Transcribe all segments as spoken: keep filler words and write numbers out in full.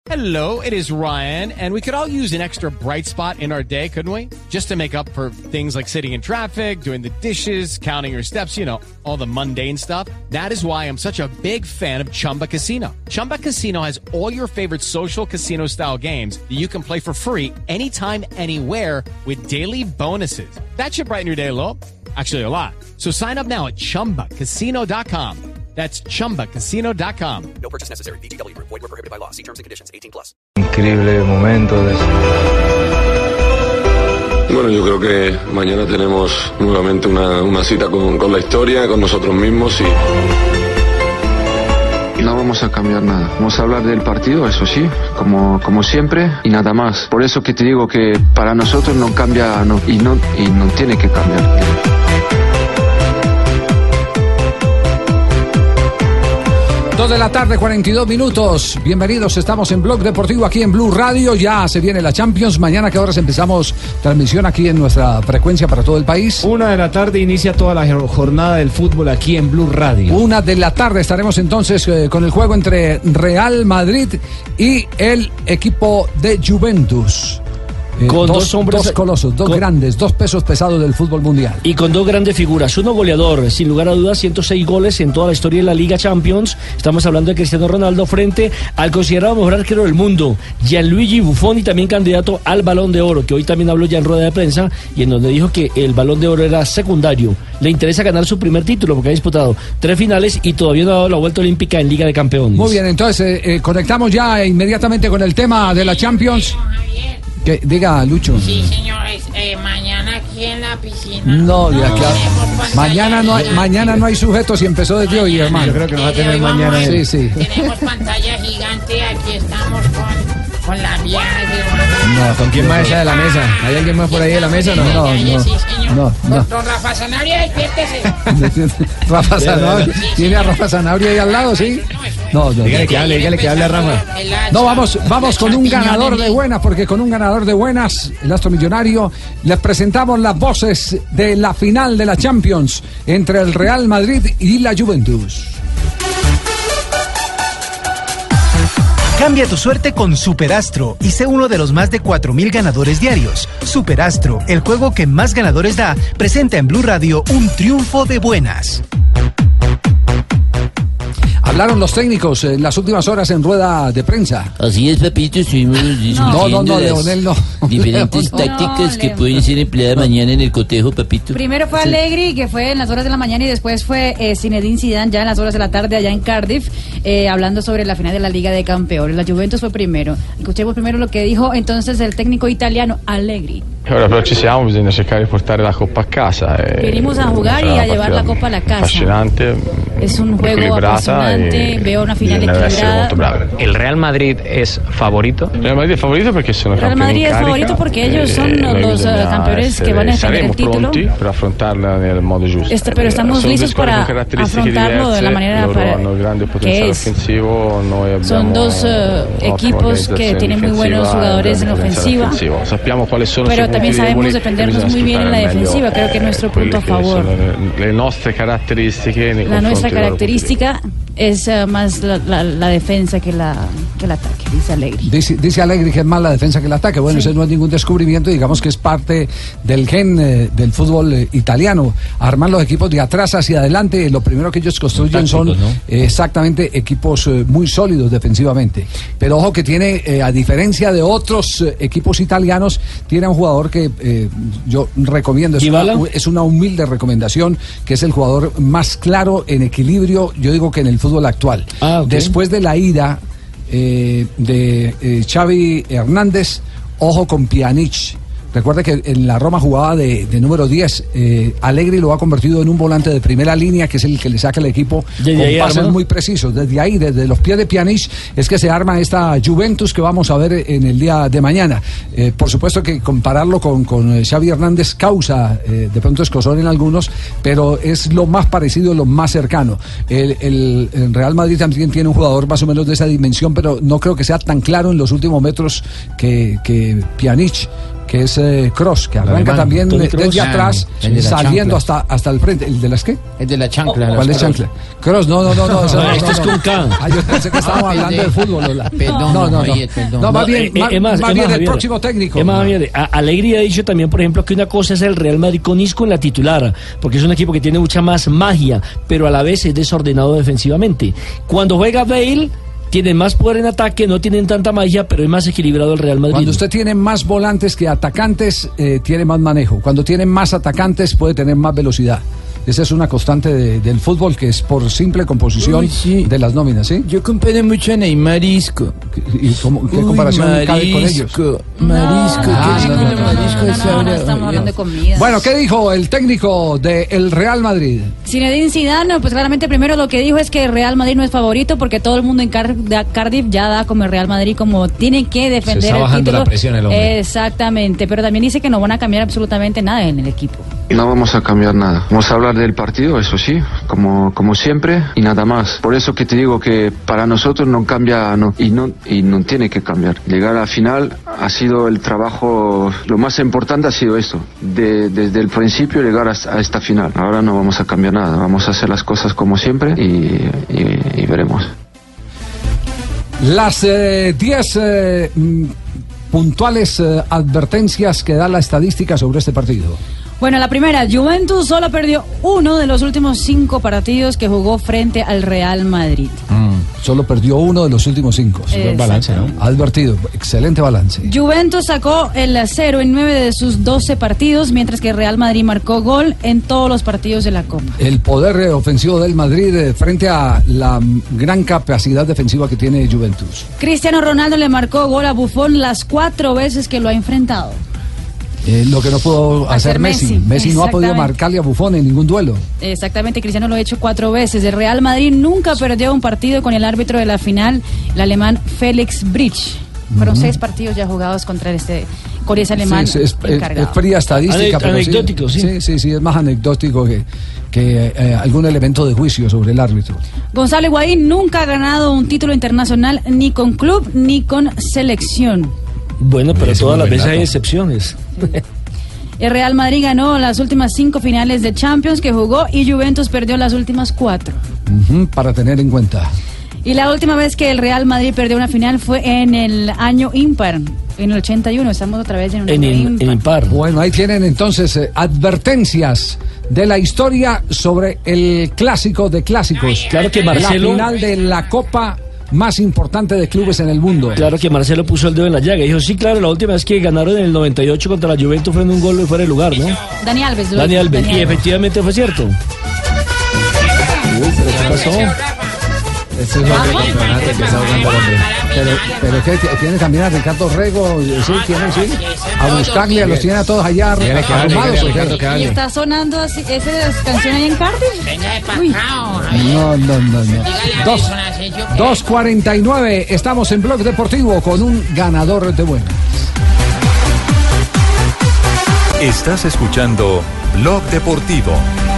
Hello, it is Ryan, and we could all use an extra bright spot in our day, couldn't we? Just to make up for things like sitting in traffic, doing the dishes, counting your steps, you know, all the mundane stuff. That is why I'm such a big fan of Chumba Casino. Chumba Casino has all your favorite social casino-style games that you can play for free anytime, anywhere with daily bonuses. That should brighten your day a little. Actually, a lot. So sign up now at chumba casino dot com. That's chumba casino dot com. No purchase necessary. V G W Group. Void where prohibited by law. See terms and conditions. eighteen plus. Increíble momento de... Bueno, yo creo que mañana tenemos nuevamente una, una cita con, con la historia, con nosotros mismos y... No vamos a cambiar nada. Vamos a hablar del partido, eso sí, como, como siempre, y nada más. Por eso que te digo que para nosotros no cambia no, y, no, y no tiene que cambiar. Dos de la tarde, cuarenta y dos minutos. Bienvenidos, estamos en Blog Deportivo aquí en Blue Radio. Ya se viene la Champions. Mañana, ¿qué horas empezamos transmisión aquí en nuestra frecuencia para todo el país? Una de la tarde inicia toda la jornada del fútbol aquí en Blue Radio. Una de la tarde estaremos entonces eh, con el juego entre Real Madrid y el equipo de Juventus. Eh, con dos, dos hombres, dos colosos, dos con, grandes, dos pesos pesados del fútbol mundial. Y con dos grandes figuras, uno goleador, sin lugar a dudas, ciento seis goles en toda la historia de la Liga Champions. Estamos hablando de Cristiano Ronaldo frente al considerado mejor arquero del mundo, Gianluigi Buffon, y también candidato al Balón de Oro, que hoy también habló ya en rueda de prensa, y en donde dijo que el Balón de Oro era secundario. Le interesa ganar su primer título, porque ha disputado tres finales y todavía no ha dado la vuelta olímpica en Liga de Campeones. Muy bien, entonces eh, eh, conectamos ya inmediatamente con el tema de la Champions. Que, diga, Lucho. Sí, señores, eh, mañana aquí en la piscina. No, de aquí a... mañana no hay, mañana no hay sujetos y empezó desde hoy, hermano. Yo creo que no va a tener mañana. A... Sí, sí. Tenemos pantalla gigante, aquí estamos con, con la vieja. No, ¿con quién más está de la mesa? ¿Hay alguien más por ahí de la mesa? No, no, no. Sí, señor. No, no. Don Rafa Sanabria, despiértese. Rafa Sanabria. ¿Tiene a Rafa Sanabria ahí al lado, sí? No, no. Dígale que hable, dígale que hable a Rafa. No, vamos, vamos con un ganador de buenas, porque con un ganador de buenas, el Astro Millonario, les presentamos las voces de la final de la Champions entre el Real Madrid y la Juventus. Cambia tu suerte con Superastro y sé uno de los más de cuatro mil ganadores diarios. Superastro, el juego que más ganadores da, presenta en Blue Radio un triunfo de buenas. Hablaron los técnicos en las últimas horas en rueda de prensa. Así es, papito, estuvimos discutiendo no, no, no, Leonel, no. diferentes no, tácticas no, que Leo. pueden ser empleadas mañana en el cotejo, papito. Primero fue Allegri, que fue en las horas de la mañana, y después fue eh, Zinedine Zidane ya en las horas de la tarde allá en Cardiff, eh, hablando sobre la final de la Liga de Campeones. La Juventus fue primero. Escuchemos primero lo que dijo entonces el técnico italiano Allegri. Ora però ci siamo, bisogna cercare di portare la Coppa a casa. Venimos a jugar y a llevar la Copa a la casa. Fascinante, es un juego apasionante, veo una final equilibrada. ¿El Real Madrid es favorito? El Real Madrid es favorito porque sono Real Madrid es favorito porque ellos son eh, los uh, campeones que van a defender el título. Per affrontarla nel modo giusto. Este, pero estamos listos para afrontarlo de la manera para que es. Son dos uh, equipos que tienen muy buenos jugadores en ofensiva. Sappiamo quali sono pero también sabemos defendernos muy bien en la defensiva. Creo que es nuestro punto a favor. Le nostre caratteristiche. La nuestra característica es uh, más la, la, la defensa que, la, que el ataque, dice Allegri. Dice, dice Allegri que es más la defensa que el ataque. Bueno, sí. Ese no es ningún descubrimiento, digamos que es parte del gen eh, del fútbol eh, italiano. Armar los equipos de atrás hacia adelante, lo primero que ellos construyen tácticos, son ¿no? eh, exactamente equipos eh, muy sólidos defensivamente. Pero ojo que tiene, eh, a diferencia de otros eh, equipos italianos, tiene un jugador que eh, yo recomiendo, es una, es una humilde recomendación, que es el jugador más claro en equilibrio, yo digo que en el fútbol actual. Ah, okay. Después de la ida eh, de eh, Xavi Hernández, ojo con Pjanic. Recuerda que en la Roma jugaba de, de número diez. Eh, Allegri lo ha convertido en un volante de primera línea, que es el que le saca el equipo con pases arma. muy precisos. Desde ahí, desde los pies de Pjanic, es que se arma esta Juventus que vamos a ver en el día de mañana. Eh, por supuesto que compararlo con, con Xavi Hernández causa eh, de pronto escozor en algunos, pero es lo más parecido, lo más cercano. El, el, el Real Madrid también tiene un jugador más o menos de esa dimensión, pero no creo que sea tan claro en los últimos metros que, que Pjanic, que es eh, Kroos, que arranca alemán, también Toni de- Kroos. desde Ah, atrás, el de la saliendo chancla. hasta, hasta el frente. ¿El de las qué? El de la chancla. ¿Cuál es chancla? Kroos, no, no, no, no. esa No, este es con K. Ah, yo pensé que estábamos Ah, hablando de perdón. fútbol. Lola. Perdón, no, no, no. Javier, perdón. No, más bien, eh, eh, más, es más, más es bien más, el Javier. próximo técnico. Es más, Javier, a- Alegría ha dicho también, por ejemplo, que una cosa es el Real Madrid con Isco en la titular, porque es un equipo que tiene mucha más magia, pero a la vez es desordenado defensivamente. Cuando juega Bale, tienen más poder en ataque, no tienen tanta magia, pero es más equilibrado el Real Madrid. Cuando usted tiene más volantes que atacantes, eh, tiene más manejo. Cuando tiene más atacantes, puede tener más velocidad. Esa es una constante de- del fútbol que es por simple composición Uy, sí. de las nóminas, ¿sí? Yo comparo mucho a Neymar y Isco. ¿Y cómo- qué Uy, comparación cabe con ellos? marisco, Marisco, Ah, ¿qué no, rico no, el no, marisco No, de esa no, no hora, estamos oye. hablando de comida. Bueno, ¿qué dijo el técnico del Real Madrid? Zinedine Zidane, pues claramente primero lo que dijo es que Real Madrid no es favorito porque todo el mundo en Car- de Cardiff ya da como el Real Madrid como tiene que defender Se está el bajando título. la presión el hombre. Exactamente, pero también dice que no van a cambiar absolutamente nada en el equipo. No vamos a cambiar nada. Vamos a hablar del partido, eso sí, como, como siempre, y nada más. Por eso que te digo que para nosotros no cambia no, y, no, y no tiene que cambiar. Llegar a la final ha sido el trabajo, lo más importante ha sido esto, de, desde el principio llegar a, a esta final. Ahora no vamos a cambiar nada, vamos a hacer las cosas como siempre y, y, y veremos. Las diez eh, mm, puntuales eh, advertencias que da la estadística sobre este partido. Bueno, la primera, Juventus solo perdió uno de los últimos cinco partidos que jugó frente al Real Madrid. Solo perdió uno de los últimos cinco. Sí, buen balance, ¿no? Advertido, excelente balance. Juventus sacó el cero en nueve de sus doce partidos, mientras que el Real Madrid marcó gol en todos los partidos de la Copa. El poder eh, ofensivo del Madrid eh, frente a la mm, gran capacidad defensiva que tiene Juventus. Cristiano Ronaldo le marcó gol a Buffon las cuatro veces que lo ha enfrentado. Eh, lo que no pudo hacer, Hacer Messi. Messi, Messi no ha podido exactamente. marcarle a Buffon en ningún duelo. Exactamente, Cristiano lo ha hecho cuatro veces. El Real Madrid nunca perdió un partido con el árbitro de la final, el alemán Felix Bridge. Fueron Ujú. seis partidos ya jugados contra este, con ese alemán Sí, sí, es, es- encargado. es fría estadística. Ane- pero anecdótico, sí. Sí, sí, sí, es más anecdótico que, que eh, algún elemento de juicio sobre el árbitro. Gonzalo Higuaín nunca ha ganado un título internacional ni con club ni con selección. Bueno, pero Ese todas las buen veces dato. hay excepciones. El Real Madrid ganó las últimas cinco finales de Champions que jugó y Juventus perdió las últimas cuatro. Ujú, para tener en cuenta. Y la última vez que el Real Madrid perdió una final fue en el año impar, en el ochenta y uno. Estamos otra vez en un En año el, impar. en impar. Bueno, ahí tienen entonces eh, advertencias de la historia sobre el clásico de clásicos. Claro que Marcelo- La final de la Copa más importante de clubes en el mundo. Claro que Marcelo puso el dedo en la llaga. Dijo, sí, claro, la última vez que ganaron en el noventa y ocho contra la Juventus fue en un gol de fuera de lugar, ¿no? Dani Alves. lo Dani dijo, Alves. Dani Y Alves. efectivamente fue cierto. Uy, pero ¿qué pasó? Ese es otro campeonato que está jugando el hombre. Pero, pero que tiene también a Ricardo Rego, eh, sí, tiene, sí. A Buscaglia, los tiene a todos allá Dígale que hable, arrumados. dígale a ¿o qué? Ricardo que ¿Y hable. está sonando así, esa canción ahí en Cardiff? Venga de Uy. pacao, Javier. No, no, no, no. Dígale a Dos, Wilson Asensio que- dos cuarenta y nueve, estamos en Blog Deportivo con un ganador de buenas. Estás escuchando Blog Deportivo.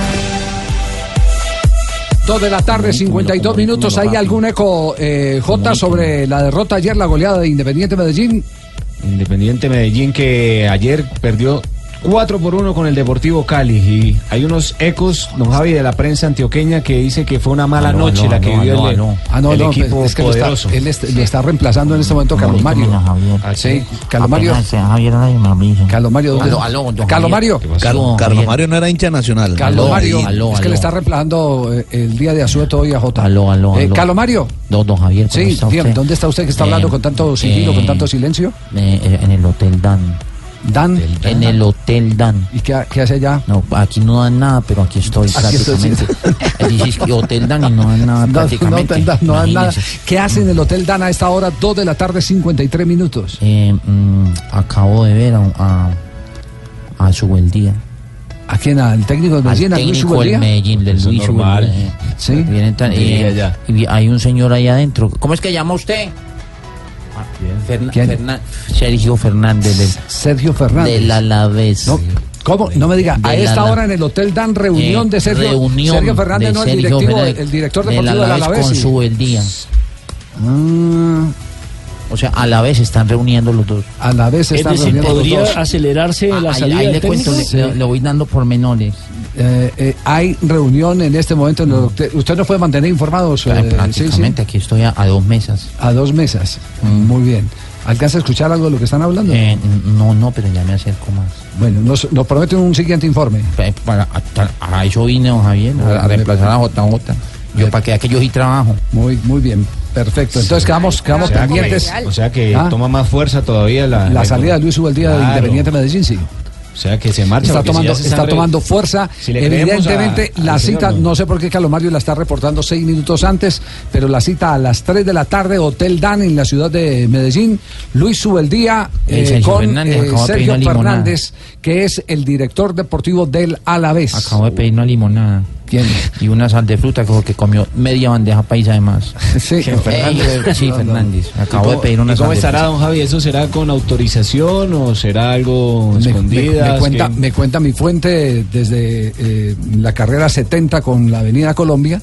Dos de la tarde, cincuenta y dos minutos. ¿Hay algún eco, eh, J, sobre la derrota ayer, la goleada de Independiente Medellín? Independiente Medellín que ayer perdió cuatro por uno con el Deportivo Cali. Y hay unos ecos, don Javi, de la prensa antioqueña que dice que fue una mala Aló, noche aló, la que aló, vivió aló, el, aló. Ah, no, el no, equipo es que lo está- poderoso. él est- lo está reemplazando en este momento Carlos Mario. Ah, Sí, Carlos Mario. Carlos Mario, ¿dónde? Aló, aló, don Carlos Mario. Javier. Carlos, Carlos Mario no era hincha nacional. Carlos Aló, Mario, aló, es que aló. le está reemplazando eh, el día de asueto hoy a J. Aló, aló, Eh, aló. Carlos Mario. Don, don Javier, ¿cómo Sí, está dígame, usted? ¿dónde está usted que está Eh, hablando con tanto sigilo, eh, con tanto silencio? Eh, eh, en el Hotel Dan. Dan. En el Hotel Dan. ¿Y qué, qué hace allá? No, aquí no dan nada, pero aquí estoy Aquí estoy, sí. prácticamente. Dices que Hotel Dan y no dan nada No, prácticamente. no, no, no dan nada. Imagínese. ¿Qué hace en el Hotel Dan a esta hora, dos de la tarde, cincuenta y tres minutos? Eh, mm, acabo de ver a, a, a Subeldía. ¿A quién? ¿Al técnico del Al Medellín? ¿A Luis técnico del Subeldía? Medellín, del Eso Luis normal. Subeldía. eh. Sí. Viene tan- Llegue eh, allá. y hay un señor ahí adentro. ¿Cómo es que llama usted? Ferna- ¿Quién? Fernan- Sergio Fernández del, Sergio Fernández. del Alavés. No, ¿cómo? No me diga, a De la- esta la- hora en el Hotel Dan, reunión Eh, de Sergio, reunión Sergio Fernández, de no el Sergio directivo, Fernández el director del deportivo del Alavés Alavés. con sí. Subeldía. Ah, O sea, a la vez se están reuniendo los dos. A la vez se Es están decir, reuniendo ¿podría los dos. acelerarse la Ahí, salida ahí del le cuento, técnico? le, le- le voy dando pormenores. Eh, eh, hay reunión en este momento. En el hotel. Usted nos puede mantener informados. Pra- eh, prácticamente, sí, sí. aquí estoy a, a dos mesas. A dos mesas. Muy bien. ¿Alcanza a escuchar algo de lo que están hablando? Eh, no, no, pero ya me acerco más. Bueno, nos, nos prometen un siguiente informe. Pa- Para, a, a eso vine, don Javier, a, a reemplazar a J J. Yo para que, que yo sí trabajo. Muy, muy bien. Perfecto. Entonces quedamos, quedamos O sea que- pendientes. o sea que ¿Ah? toma más fuerza todavía la... La salida de Luis Ubeldía de Claro. Independiente Medellín, sí. O sea que se marcha. Está porque si tomando, ya se está están re- tomando fuerza. Si le creemos Evidentemente, a- la al cita, señor, no sé por qué Calomario la está reportando seis minutos antes, pero la cita a las tres de la tarde, Hotel Dan en la ciudad de Medellín. Luis Ubeldía Eh, eh, Sergio con Fernández, eh, acabo de pedir Sergio una limonada. Fernández, que es el director deportivo del Alavés. Acabo de pedir una limonada. ¿Quién? Y una sal de fruta que, que comió media bandeja paisa además. Sí, Fernández. Sí, Fernández. Acabo de pedir una ¿Y cómo sal de estará, fruta. don Javi? ¿Eso será con autorización o será algo Me, me- escondidas? me cuenta, que- me cuenta mi fuente desde eh, la carrera setenta con la Avenida Colombia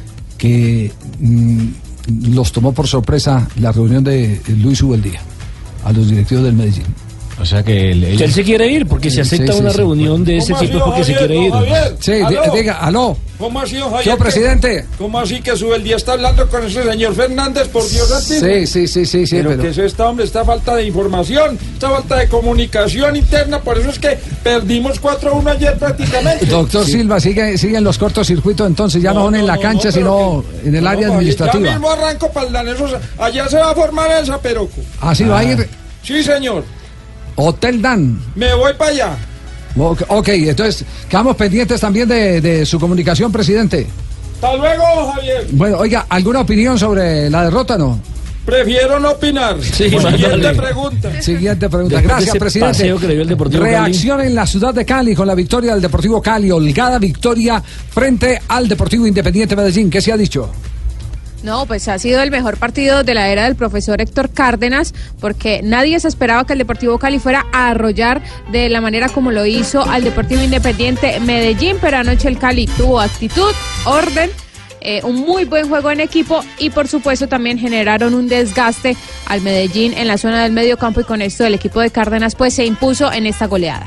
que mm, los tomó por sorpresa la reunión de eh, Luis Ubeldía a los directivos del Medellín. O sea que él, Que él se quiere ir, porque si Sí, acepta sí, una sí. reunión de ese ¿Cómo tipo ha es sido, porque se Javier? quiere ir. ¿No, Javier? Sí, di- ¿Aló? diga, aló. ¿Cómo ha sido, Javier? Yo, presidente. ¿Cómo así que Subeldía está hablando con ese señor Fernández, por Dios santísimo? Sí, sí, sí, sí, sí, pero, pero- que es esta, hombre, esta falta de información, esta falta de comunicación interna, por eso es que perdimos cuatro a uno ayer prácticamente. Doctor Silva, sigue, sigue en los cortocircuitos, entonces ya no, son en la cancha, no, pero sino en el No, área Javier, administrativa. Ya mismo arranco para el danés, o sea, allá se va a formar el Zaperoco. Así va a ir Sí, señor, Hotel Dan. me voy para allá. Ok, ok, entonces quedamos pendientes también de, de su comunicación, presidente. Hasta luego, Javier. Bueno, oiga, ¿alguna opinión sobre la derrota, no? Prefiero no opinar. Sí, Siguiente vale. pregunta. Siguiente pregunta. Después de Gracias, ese presidente. paseo que le dio el Deportivo Cali. Reacción en la ciudad de Cali con la victoria del Deportivo Cali. Holgada victoria frente al Deportivo Independiente Medellín. ¿Qué se ha dicho? No, pues ha sido el mejor partido de la era del profesor Héctor Cárdenas, porque nadie se esperaba que el Deportivo Cali fuera a arrollar de la manera como lo hizo al Deportivo Independiente Medellín, pero anoche el Cali tuvo actitud, orden, eh, un muy buen juego en equipo y por supuesto también generaron un desgaste al Medellín en la zona del medio campo y con esto el equipo de Cárdenas pues se impuso en esta goleada.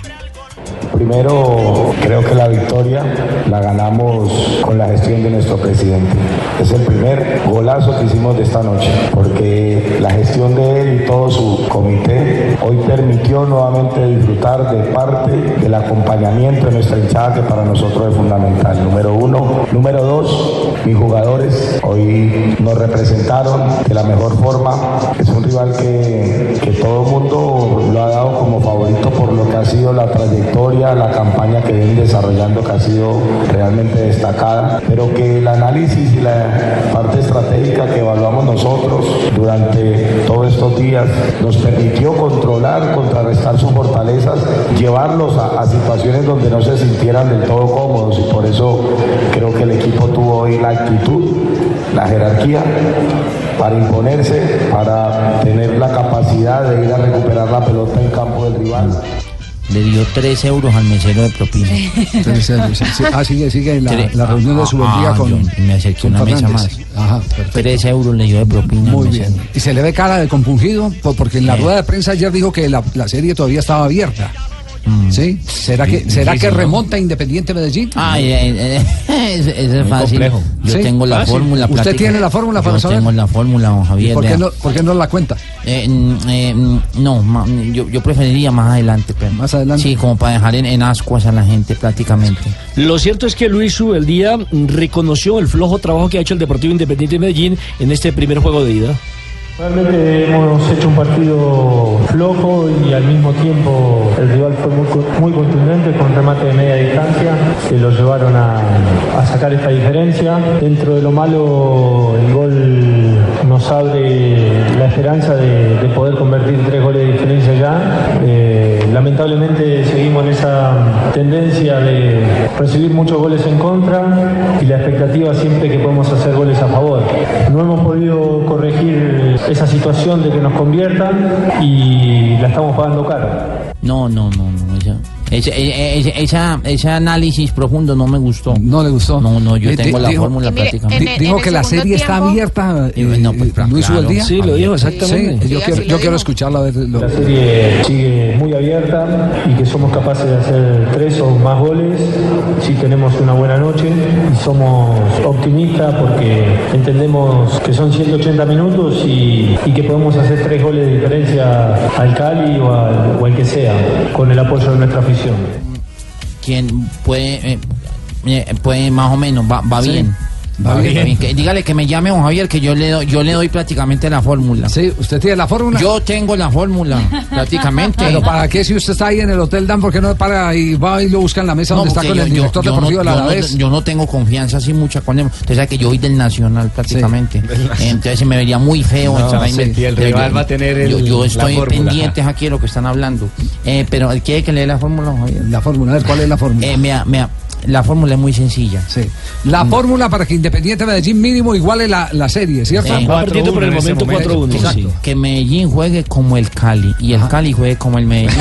Primero, creo que la victoria la ganamos con la gestión de nuestro presidente. Es el primer golazo que hicimos de esta noche, porque la gestión de él y todo su comité hoy permitió nuevamente disfrutar de parte del acompañamiento de nuestra hinchada, que para nosotros es fundamental. Número uno. Número dos, mis jugadores hoy nos representaron de la mejor forma. Es un rival que, que todo el mundo lo ha dado como favorito por lo que ha sido la trayectoria, la campaña que vienen desarrollando, que ha sido realmente destacada, pero que el análisis y la parte estratégica que evaluamos nosotros durante todos estos días nos permitió controlar, contrarrestar sus fortalezas, llevarlos a, a situaciones donde no se sintieran del todo cómodos, y por eso creo que el equipo tuvo hoy la actitud, la jerarquía para imponerse, para tener la capacidad de ir a recuperar la pelota en campo del rival. Le dio tres euros al mesero de propina. Tres euros, sí, sí. Ah, sigue, sigue la, Tres- la reunión de su ah, día ah, con. yo me acerqué con una mesa Fernández. más. Ajá, perfecto. Tres euros le dio de propina. Muy al bien. mesero. Y se le ve cara de compungido, por- porque en la Sí. rueda de prensa ayer dijo que la, la serie todavía estaba abierta. Mm. ¿Sí? ¿Será que, Sí, ¿será que difícil, ¿no? remonta Independiente Medellín? Ay, eh, eh, ese ese es Muy fácil. complejo. Yo ¿Sí? tengo la Fácil. fórmula. ¿Usted plática. tiene la fórmula para Yo saber? tengo la fórmula, don ¿Y Javier. por qué, vea. no, por qué no la cuenta? Eh, mm, eh, mm, no, ma- yo, yo preferiría más adelante, pero. Más adelante. Sí, como para dejar en, en ascuas a la gente prácticamente. Lo cierto es que Luis Ubeldía reconoció el flojo trabajo que ha hecho el Deportivo Independiente de Medellín en este primer juego de ida. Realmente hemos hecho un partido flojo y al mismo tiempo el rival fue muy, co- muy contundente con remate de media distancia que lo llevaron a, a sacar esta diferencia. Dentro de lo malo, el gol nos abre la esperanza de, de poder convertir tres goles de diferencia ya. Eh, lamentablemente seguimos en esa tendencia de recibir muchos goles en contra y la expectativa siempre que podemos hacer goles a favor. No hemos podido corregir esa situación de que nos conviertan y la estamos pagando caro. No, no, no, no. Esa, Ese, ese, esa, ese análisis profundo no me gustó. No le gustó. No, no, yo Eh, tengo di- la dijo- fórmula y mire, prácticamente. Di- dijo que la serie está abierta. Y bueno, pues, eh, Luis claro. Ubeldía. Sí, lo dijo exactamente. Sí, yo Sí, quiero, así yo lo quiero dijo. escucharlo. A ver, lo- La serie sigue muy abierta y que somos capaces de hacer tres o más goles si tenemos una buena noche y somos optimistas porque entendemos que son ciento ochenta minutos y, y que podemos hacer tres goles de diferencia al Cali o al, o al que sea con el apoyo de nuestra afición. Quien puede, eh, eh, puede más o menos, va, va Sí. bien. Va bien. Que- dígale que me llame don Javier, que yo le doy, yo le doy prácticamente la fórmula. Sí, ¿usted tiene la fórmula? Yo tengo la fórmula, prácticamente. Pero ¿para qué si usted está ahí en el Hotel Dan? ¿Por qué no para y va y lo busca en la mesa No, donde está porque con yo- el yo- director yo deportivo no, de la yo no- Alavés? Yo no tengo confianza así mucha con él. Usted sabe que yo soy del Nacional prácticamente. Entonces se me vería muy feo. No, estar ahí sí, metido. y el Pero rival yo- va a tener el- Yo, yo la estoy fórmula. pendiente aquí de lo que están hablando. Eh, pero ¿quiere que lea la fórmula, don Javier? La fórmula, a ver, ¿cuál es la fórmula? Eh, mira, mira, la fórmula es muy sencilla. Sí. La fórmula para que Independiente Medellín mínimo iguale la, la serie, ¿cierto? Eh, Va perdiendo por el momento cuatro uno. Exacto. Sí. Que Medellín juegue como el Cali y el Cali juegue como el Medellín.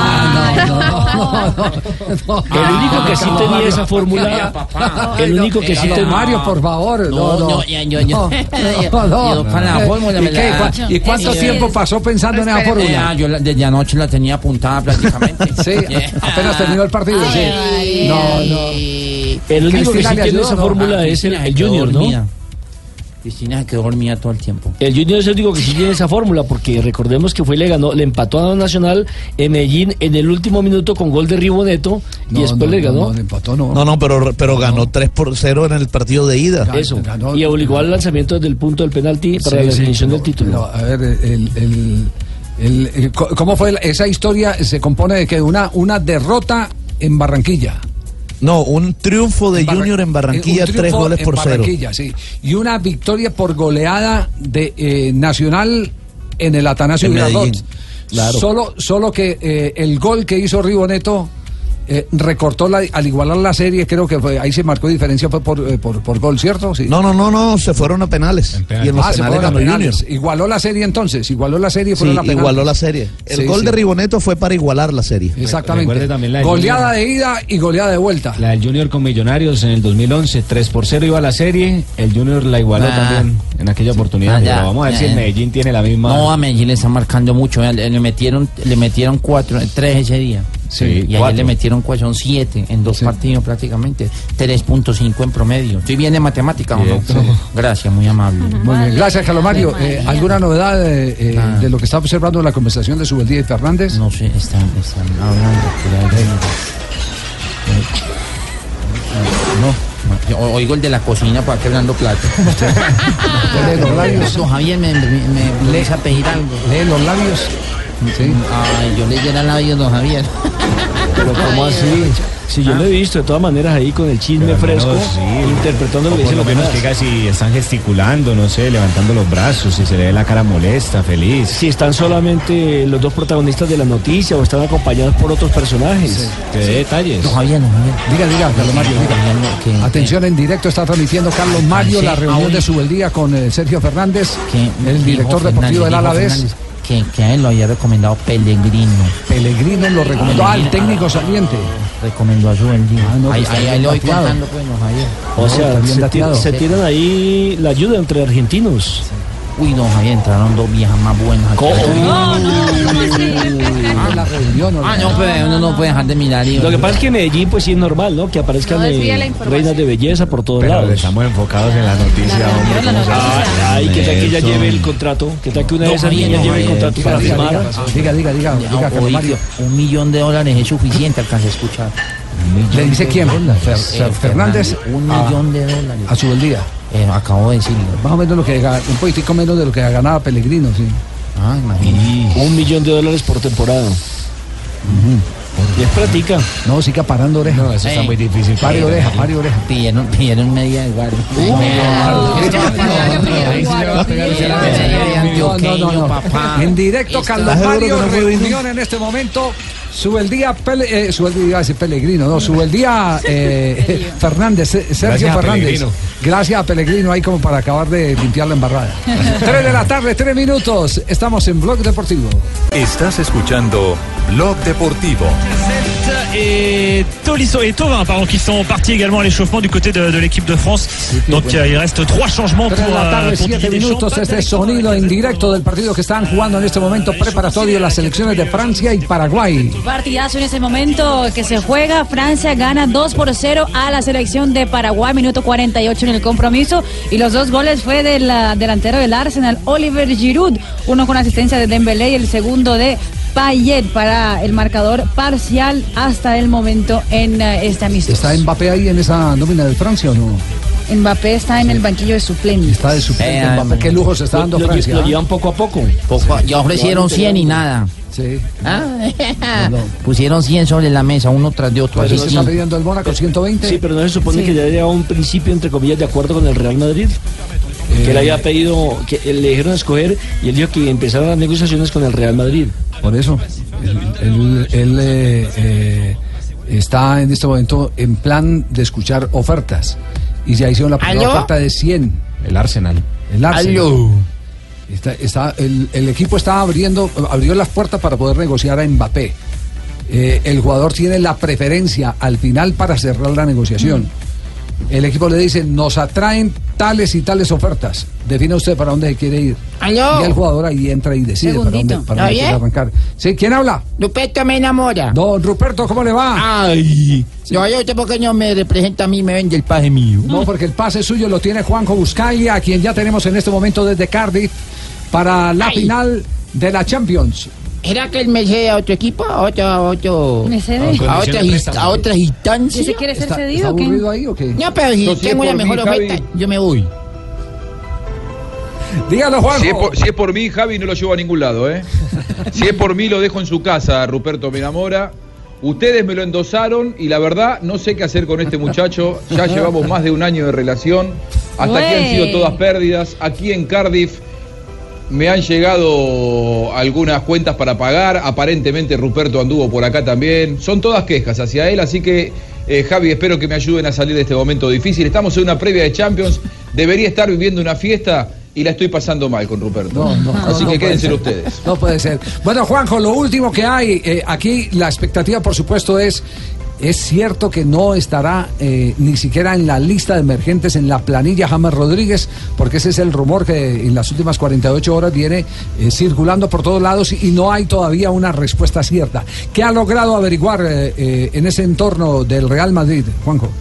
El único que sí tenía esa fórmula, el único que sí Don tenía. Mario, por favor. No, no. no, ya, yo- yo- No, no. yo con la fórmula ¿Y, me qué? la- ¿Y cuánto Eh, tiempo pasó pensando en esa Eh, fórmula? ah, yo la- desde anoche la tenía apuntada prácticamente. Sí, apenas terminó el partido. Sí. No, no. El único que Cristina sí le tiene ayudó, esa ¿no? fórmula Ah, es el, Cristina el se quedó Junior, ¿no? dormida. Cristina se quedó dormida todo el tiempo. El Junior es el único que sí tiene esa fórmula, porque recordemos que fue y le ganó, le empató a Nacional en Medellín en el último minuto con gol de Riboneto y No, después no, le no, ganó. no, le empató, no. No, no, pero, pero ganó tres por cero en el partido de ida. Eso. ganó- Y obligó al lanzamiento desde el punto del penalti para Sí, la sí, definición pero- del título. pero, a ver, el, el- el- el- co- ¿cómo fue la- esa historia? Se compone de que una, una derrota en Barranquilla. No, un triunfo de En Barra- Junior en Barranquilla, un triunfo tres goles en por cero. Barranquilla, sí. Y una victoria por goleada de eh, Nacional en el Atanasio En Girardot. Medellín, claro. Solo, solo que eh, el gol que hizo Riboneto eh, recortó la, al igualar la serie, creo que fue, ahí se marcó diferencia, fue por, eh, por, por gol, ¿cierto? Sí. No, no, no, no, se fueron a penales. Y en los Ah, se penales fueron a ganó penales. Junior. Igualó la serie entonces, igualó la serie y Sí, fueron a penales. igualó la serie. El Sí, gol sí. de Riboneto fue para igualar la serie. Exactamente. Recuerde también la de Goleada Junior. de ida y goleada de vuelta. La del Junior con Millonarios en el dos mil once, tres por cero iba la serie, el Junior la igualó Ah. también en aquella oportunidad. Ah, ya, pero vamos a ver ya, si el ya. Medellín tiene la misma. No, a Medellín le está marcando mucho. eh, Le, le metieron, le metieron cuatro, tres ese día. Sí, y ayer cuatro. le metieron cuatro, son siete en dos partidos prácticamente. tres punto cinco en promedio. ¿Estoy bien de matemática o no? Sí. Gracias, muy amable. Muy bien, gracias, Carlos Mario. Eh, ¿Alguna novedad eh, eh, Ah. de lo que está observando en la conversación de Subeldía y Fernández? No sé, están, están hablando. que hay- No, yo oigo el de la cocina para quebrando plato. Lee los labios. Don Javier me, me, me lee a pedir algo. Lee los labios. Sí. Ay, yo leyera labios, don Javier. Pero ¿cómo así? Si yo lo he visto de todas maneras ahí con el chisme Pero al menos, fresco, sí, interpretando lo o que por dicen lo los menos demás. que diga si están gesticulando, no sé, levantando los brazos, si se le ve la cara molesta, feliz. Si están solamente los dos protagonistas de la noticia o están acompañados por otros personajes. Que dé detalles. Don Javier, don Javier. Diga, diga, Carlos Mario, diga. Que- Atención, en directo está transmitiendo Carlos Mario sí, la reunión ahora- de Subeldía con eh, Sergio Fernández, que el director dijo deportivo del Fernández, dijo Alavés. Fernández Que, que a él lo había recomendado Pellegrino. Pellegrino lo recomendó. Ah, el técnico saliente. Recomendó a Subeldía. Ah, no, ahí, pues ahí, está ahí le voy bien dateado. contando, pues, don Javier. O No, sea, está bien se, dateado. ti- se tiran ahí la ayuda entre argentinos. Uy, don Javier, entraron dos viejas más buenas. aquí. Ah, la reunión. Ah, no, pero uno no puede dejar de mirar. y- Lo que pasa es que en Medellín pues sí es normal, ¿no? Que aparezcan No desvía eh, la información. reinas de belleza por todos Pero lados. estamos enfocados en la noticia, hombre. ¿cómo se hace? Ay, ¿qué tal que ella Eso. lleve el contrato? ¿Qué tal que una de No, esas Javier, niñas no, lleve el Javier, contrato para Diga, firmar? diga, diga, diga, diga, Ya, Carlos oí Mario. que un millón de dólares es suficiente, alcancé a escuchar. ¿Le dice quién? Fer- Eh, Fer- Fernández. Un a- millón de dólares. A Subeldía. Eh, acabo de decirlo. Más o menos lo que ga- un poquitico menos de lo que ganaba Pellegrino, sí. Ah, imagínate. Un millón de dólares por temporada. Y es práctica. No, siga parando oreja. No, eso está Ey. muy difícil. Pare oreja, pare oreja. Pidieron, pidieron media igual. No, no, no. En directo, Esto- Carlos ¿Estás seguro Mario, que no fue reunión en este momento Sube el día, Pele, eh, sube el día, iba a decir Pellegrino, no, sube el día eh, Fernández, eh, Sergio Gracias a Fernández. Pellegrino. Gracias a Pellegrino, ahí como para acabar de limpiar la embarrada. Tres de la tarde, tres minutos, estamos en Blog Deportivo. Estás escuchando Blog Deportivo. Et Tolisso et Thauvin pardon, qui sont partis également à l'échauffement du côté de, de l'équipe de France. Donc euh, il reste trois changements pour, tres de la tarde, euh, pour siete Didier Deschamps. minutos, este sonido en directo del partido que están jugando en este momento preparatorio las selecciones de Francia y Paraguay. Partidazo en ese momento que se juega. Francia gana dos por cero a la selección de Paraguay, minuto cuarenta y ocho en el compromiso. Y los dos goles fue del delantero del Arsenal, Oliver Giroud, uno con asistencia de Dembélé y el segundo de Payet para el marcador parcial hasta el momento en uh, este amistoso. ¿Está Mbappé ahí en esa nómina de Francia o no? Mbappé está en el banquillo de suplentes. Está de suplente eh, Mbappé. Qué lujo se está dando lo, Francia. Lo, lo llevan poco a poco. poco ya ofrecieron cien y nada. Sí. ¿Ah? No, no. Pusieron cien sobre la mesa, uno tras de otro. Pero Así no está pidiendo el Mónaco ciento veinte. Sí, pero no se supone sí. que ya llegaba un principio, entre comillas, de acuerdo con el Real Madrid. Eh, que él había pedido, que le dijeron a escoger y él dijo que empezaron las negociaciones con el Real Madrid. Por eso, él, él, él eh, eh, está en este momento en plan de escuchar ofertas. Y ya hicieron la primera ¿Aló? oferta de cien. El Arsenal. El Arsenal. ¡Aló! Está, está, el, el equipo está abriendo, abrió las puertas para poder negociar a Mbappé. Eh, el jugador tiene la preferencia al final para cerrar la negociación. Mm. El equipo le dice, nos atraen tales y tales ofertas. Define usted para dónde se quiere ir. ¿Aló? Y el jugador ahí entra y decide para dónde, para dónde quiere arrancar. ¿Sí? ¿Quién habla? Ruperto me enamora. Don Ruperto, ¿cómo le va? Ay, sí. No, yo usted porque no me representa a mí, me vende el pase mío. No, porque el pase suyo lo tiene Juanjo Buscaglia, a quien ya tenemos en este momento desde Cardiff para la Ay. final de la Champions. ¿Era que él me cede a otro equipo? ¿A otro? A, otro, ¿Me cede? a, otras, a otras instancias? ¿Se quiere ser ¿Está, cedido ¿Está o qué? aburrido ahí o qué? No, pero si no, si tengo una mejor mí, oferta, Javi. yo me voy. Dígalo, Juanjo. Si es, por, si es por mí, Javi, no lo llevo a ningún lado, ¿eh? Si es por mí, lo dejo en su casa, Ruperto me enamora. Ustedes me lo endosaron y la verdad no sé qué hacer con este muchacho. Ya llevamos más de un año de relación. Hasta Ué. aquí han sido todas pérdidas. Aquí en Cardiff me han llegado algunas cuentas para pagar. Aparentemente Ruperto anduvo por acá también. Son todas quejas hacia él, así que eh, Javi, espero que me ayuden a salir de este momento difícil. Estamos en una previa de Champions. Debería estar viviendo una fiesta y la estoy pasando mal con Ruperto. No, no, así no, que no quédense puede ustedes. No puede ser. Bueno, Juanjo, lo último que hay, eh, aquí la expectativa, por supuesto, es... Es cierto que no estará eh, ni siquiera en la lista de emergentes en la planilla James Rodríguez, porque ese es el rumor que en las últimas cuarenta y ocho horas viene eh, circulando por todos lados y no hay todavía una respuesta cierta. ¿Qué ha logrado averiguar eh, eh, en ese entorno del Real Madrid, Juanjo?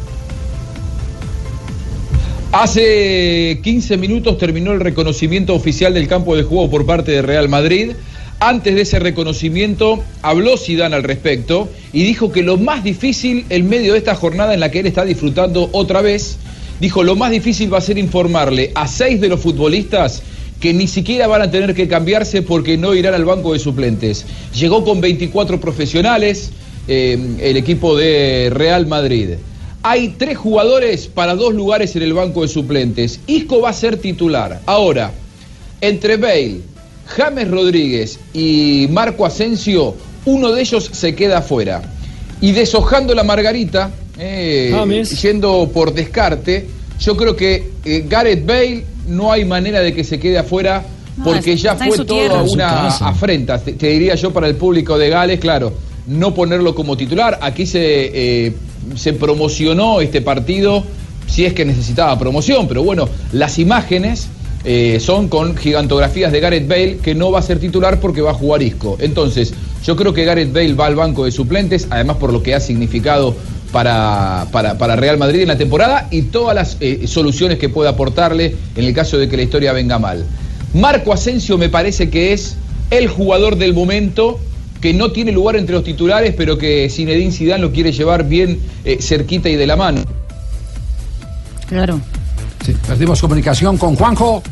Hace quince minutos terminó el reconocimiento oficial del campo de juego por parte de Real Madrid. Antes de ese reconocimiento habló Zidane al respecto y dijo que lo más difícil en medio de esta jornada en la que él está disfrutando otra vez, dijo lo más difícil va a ser informarle a seis de los futbolistas que ni siquiera van a tener que cambiarse porque no irán al banco de suplentes. Llegó con veinticuatro profesionales eh, el equipo de Real Madrid. Hay tres jugadores para dos lugares en el banco de suplentes. Isco va a ser titular. Ahora, entre Bale, James Rodríguez y Marco Asensio, uno de ellos se queda afuera. Y deshojando la margarita, eh, yendo por descarte, yo creo que eh, Gareth Bale no hay manera de que se quede afuera porque no, ya fue toda una afrenta, te, te diría yo, para el público de Gales, claro, no ponerlo como titular. Aquí se, eh, se promocionó este partido, si es que necesitaba promoción, pero bueno, las imágenes... Eh, son con gigantografías de Gareth Bale, que no va a ser titular porque va a jugar Isco. Entonces, yo creo que Gareth Bale va al banco de suplentes, además por lo que ha significado para, para, para Real Madrid en la temporada y todas las eh, soluciones que pueda aportarle en el caso de que la historia venga mal. Marco Asensio me parece que es el jugador del momento, que no tiene lugar entre los titulares, pero que Zinedine Zidane lo quiere llevar bien eh, cerquita y de la mano. Claro. Sí, perdimos comunicación con Juanjo.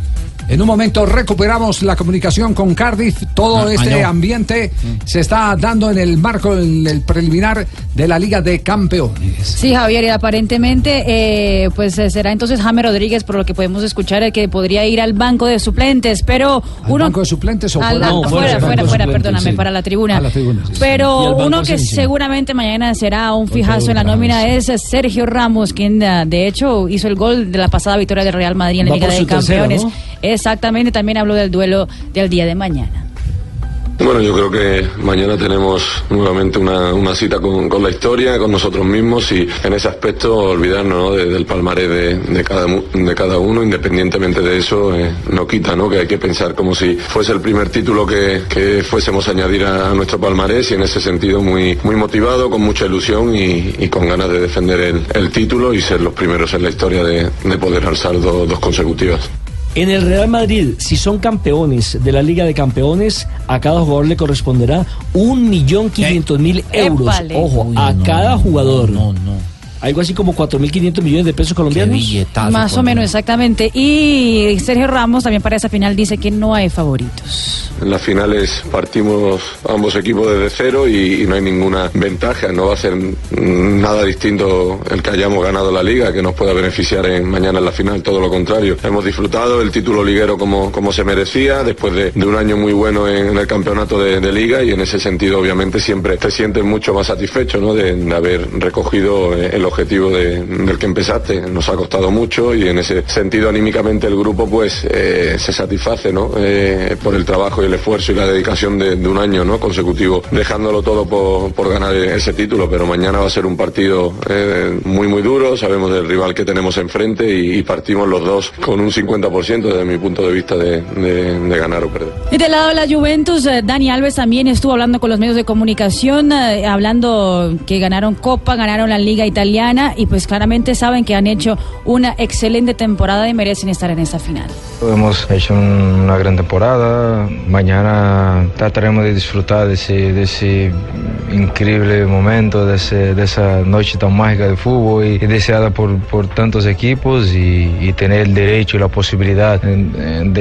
En un momento recuperamos la comunicación con Cardiff. Todo Ah, este ah, no. ambiente se está dando en el marco, en el preliminar de la Liga de Campeones. Sí, Javier, y aparentemente eh, pues eh, será entonces James Rodríguez, por lo que podemos escuchar, el que podría ir al banco de suplentes, pero ¿Al uno... banco de suplentes o Al fuera? ba- No, fuera, fuera del fuera, banco de fuera, suplentes, perdóname, sí. para la tribuna. A la tribuna, sí, sí. Y Pero al banco uno que asensio. seguramente mañana será un fijazo en la nómina es Sergio Ramos, quien ah, de hecho hizo el gol de la pasada victoria del Real Madrid en la Va Liga por de su tercera, Campeones. ¿no? Exactamente, también habló del duelo del día de mañana. Bueno, yo creo que mañana tenemos nuevamente una, una cita con, con la historia, con nosotros mismos y en ese aspecto olvidarnos, ¿no?, de- del palmarés de, de, cada, mu- de cada uno, independientemente de eso, eh, no quita, ¿no?, que hay que pensar como si fuese el primer título que, que fuésemos a añadir a, a nuestro palmarés y en ese sentido muy, muy motivado, con mucha ilusión y, y con ganas de defender el, el título y ser los primeros en la historia de, de poder alzar do- dos consecutivas. En el Real Madrid, si son campeones de la Liga de Campeones, a cada jugador le corresponderá un millón quinientos mil euros. Épale. Ojo, Uy, a no, cada jugador. No, no. Algo así como cuatro mil quinientos millones de pesos colombianos. billetazo, Más o con- menos, exactamente. Y Sergio Ramos también para esa final dice que no hay favoritos. En las finales partimos ambos equipos desde cero y, y no hay ninguna ventaja. No va a ser mm, nada distinto el que hayamos ganado la liga, que nos pueda beneficiar en, mañana en la final, todo lo contrario. Hemos disfrutado el título liguero como, como se merecía, después de, de un año muy bueno en, en el campeonato de, de liga y en ese sentido obviamente siempre te sientes mucho más satisfecho, ¿no?, de, de haber recogido eh, el objetivo de- del que empezaste. Nos ha costado mucho y en ese sentido anímicamente el grupo pues eh, se satisface, ¿no?, eh, por el trabajo y el esfuerzo y la dedicación de, de un año, ¿no?, consecutivo, dejándolo todo por, por ganar ese título. Pero mañana va a ser un partido eh, muy muy duro, sabemos del rival que tenemos enfrente y, y partimos los dos con un cincuenta por ciento desde mi punto de vista de, de- de ganar o perder. Y del lado de la Juventus, eh, Dani Alves también estuvo hablando con los medios de comunicación, eh, hablando que ganaron Copa, ganaron la Liga Italiana y pues claramente saben que han hecho una excelente temporada y merecen estar en esta final. Hemos hecho un- una gran temporada. Mañana trataremos de disfrutar de ese, de ese increíble momento, de, ese- de esa noche tan mágica de fútbol y, y deseada por, por tantos equipos y, y tener el derecho y la posibilidad eh, de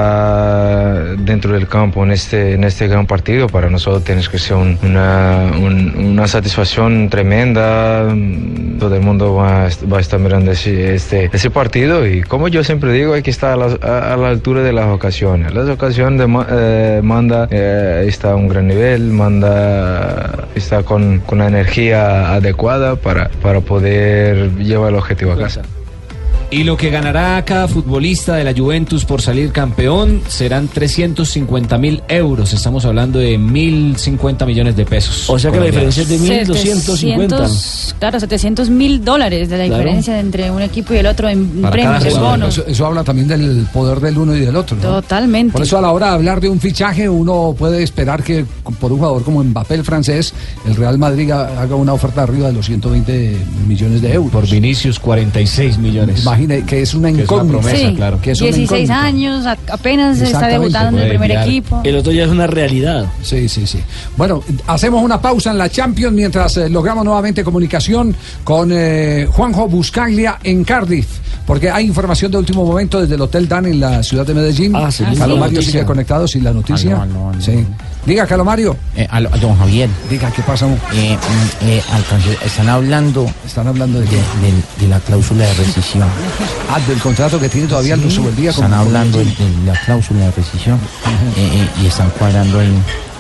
estar dentro del campo en este, en este gran partido. Para nosotros tiene que ser un- una, un- una satisfacción tremenda. Todo el mundo va, a est- va a estar mirando ese, este, ese partido y como yo siempre digo, hay que estar a la, a- a la altura de las ocasiones. Las ocasiones de, ma- eh, manda eh, está a un gran nivel, manda está con, con la energía adecuada para, para poder llevar el objetivo a casa. Y lo que ganará cada futbolista de la Juventus por salir campeón serán trescientos cincuenta mil euros. Estamos hablando de mil cincuenta millones de pesos. O sea que la colombianos. diferencia es de mil doscientos cincuenta. setecientos, claro, setecientos mil dólares de la Claro. diferencia entre un equipo y el otro en Para premios, cada en jugador. bonos. Eso, eso habla también del poder del uno y del otro, ¿no? Totalmente. Por eso a la hora de hablar de un fichaje uno puede esperar que por un jugador como Mbappé, el francés, el Real Madrid ha- haga una oferta arriba de los ciento veinte millones de euros. Por Vinicius, cuarenta y seis millones. Imagine que es una Que es una incógnita. promesa, Sí, claro. Que es una dieciséis incógnita. años, a- apenas está Exactamente, debutando en el puede primer mirar. equipo. El otro ya es una realidad. Sí, sí, sí. Bueno, hacemos una pausa en la Champions mientras eh, logramos nuevamente comunicación con eh, Juanjo Buscaglia en Cardiff, porque hay información de último momento desde el Hotel Dan en la ciudad de Medellín. Ah, sí, Calomario la noticia. sigue conectado sin la noticia. Aló, aló, aló. Sí. Diga, Calomario. Eh, aló, don Javier, Diga, ¿qué pasa? eh, mm, eh, alcance- están hablando Están hablando de de, qué? de- de la cláusula de rescisión. Ah, del contrato que tiene todavía el Subeldía. con- Están con hablando de, Medellín. de la cláusula de rescisión eh, eh, y están cuadrando ahí.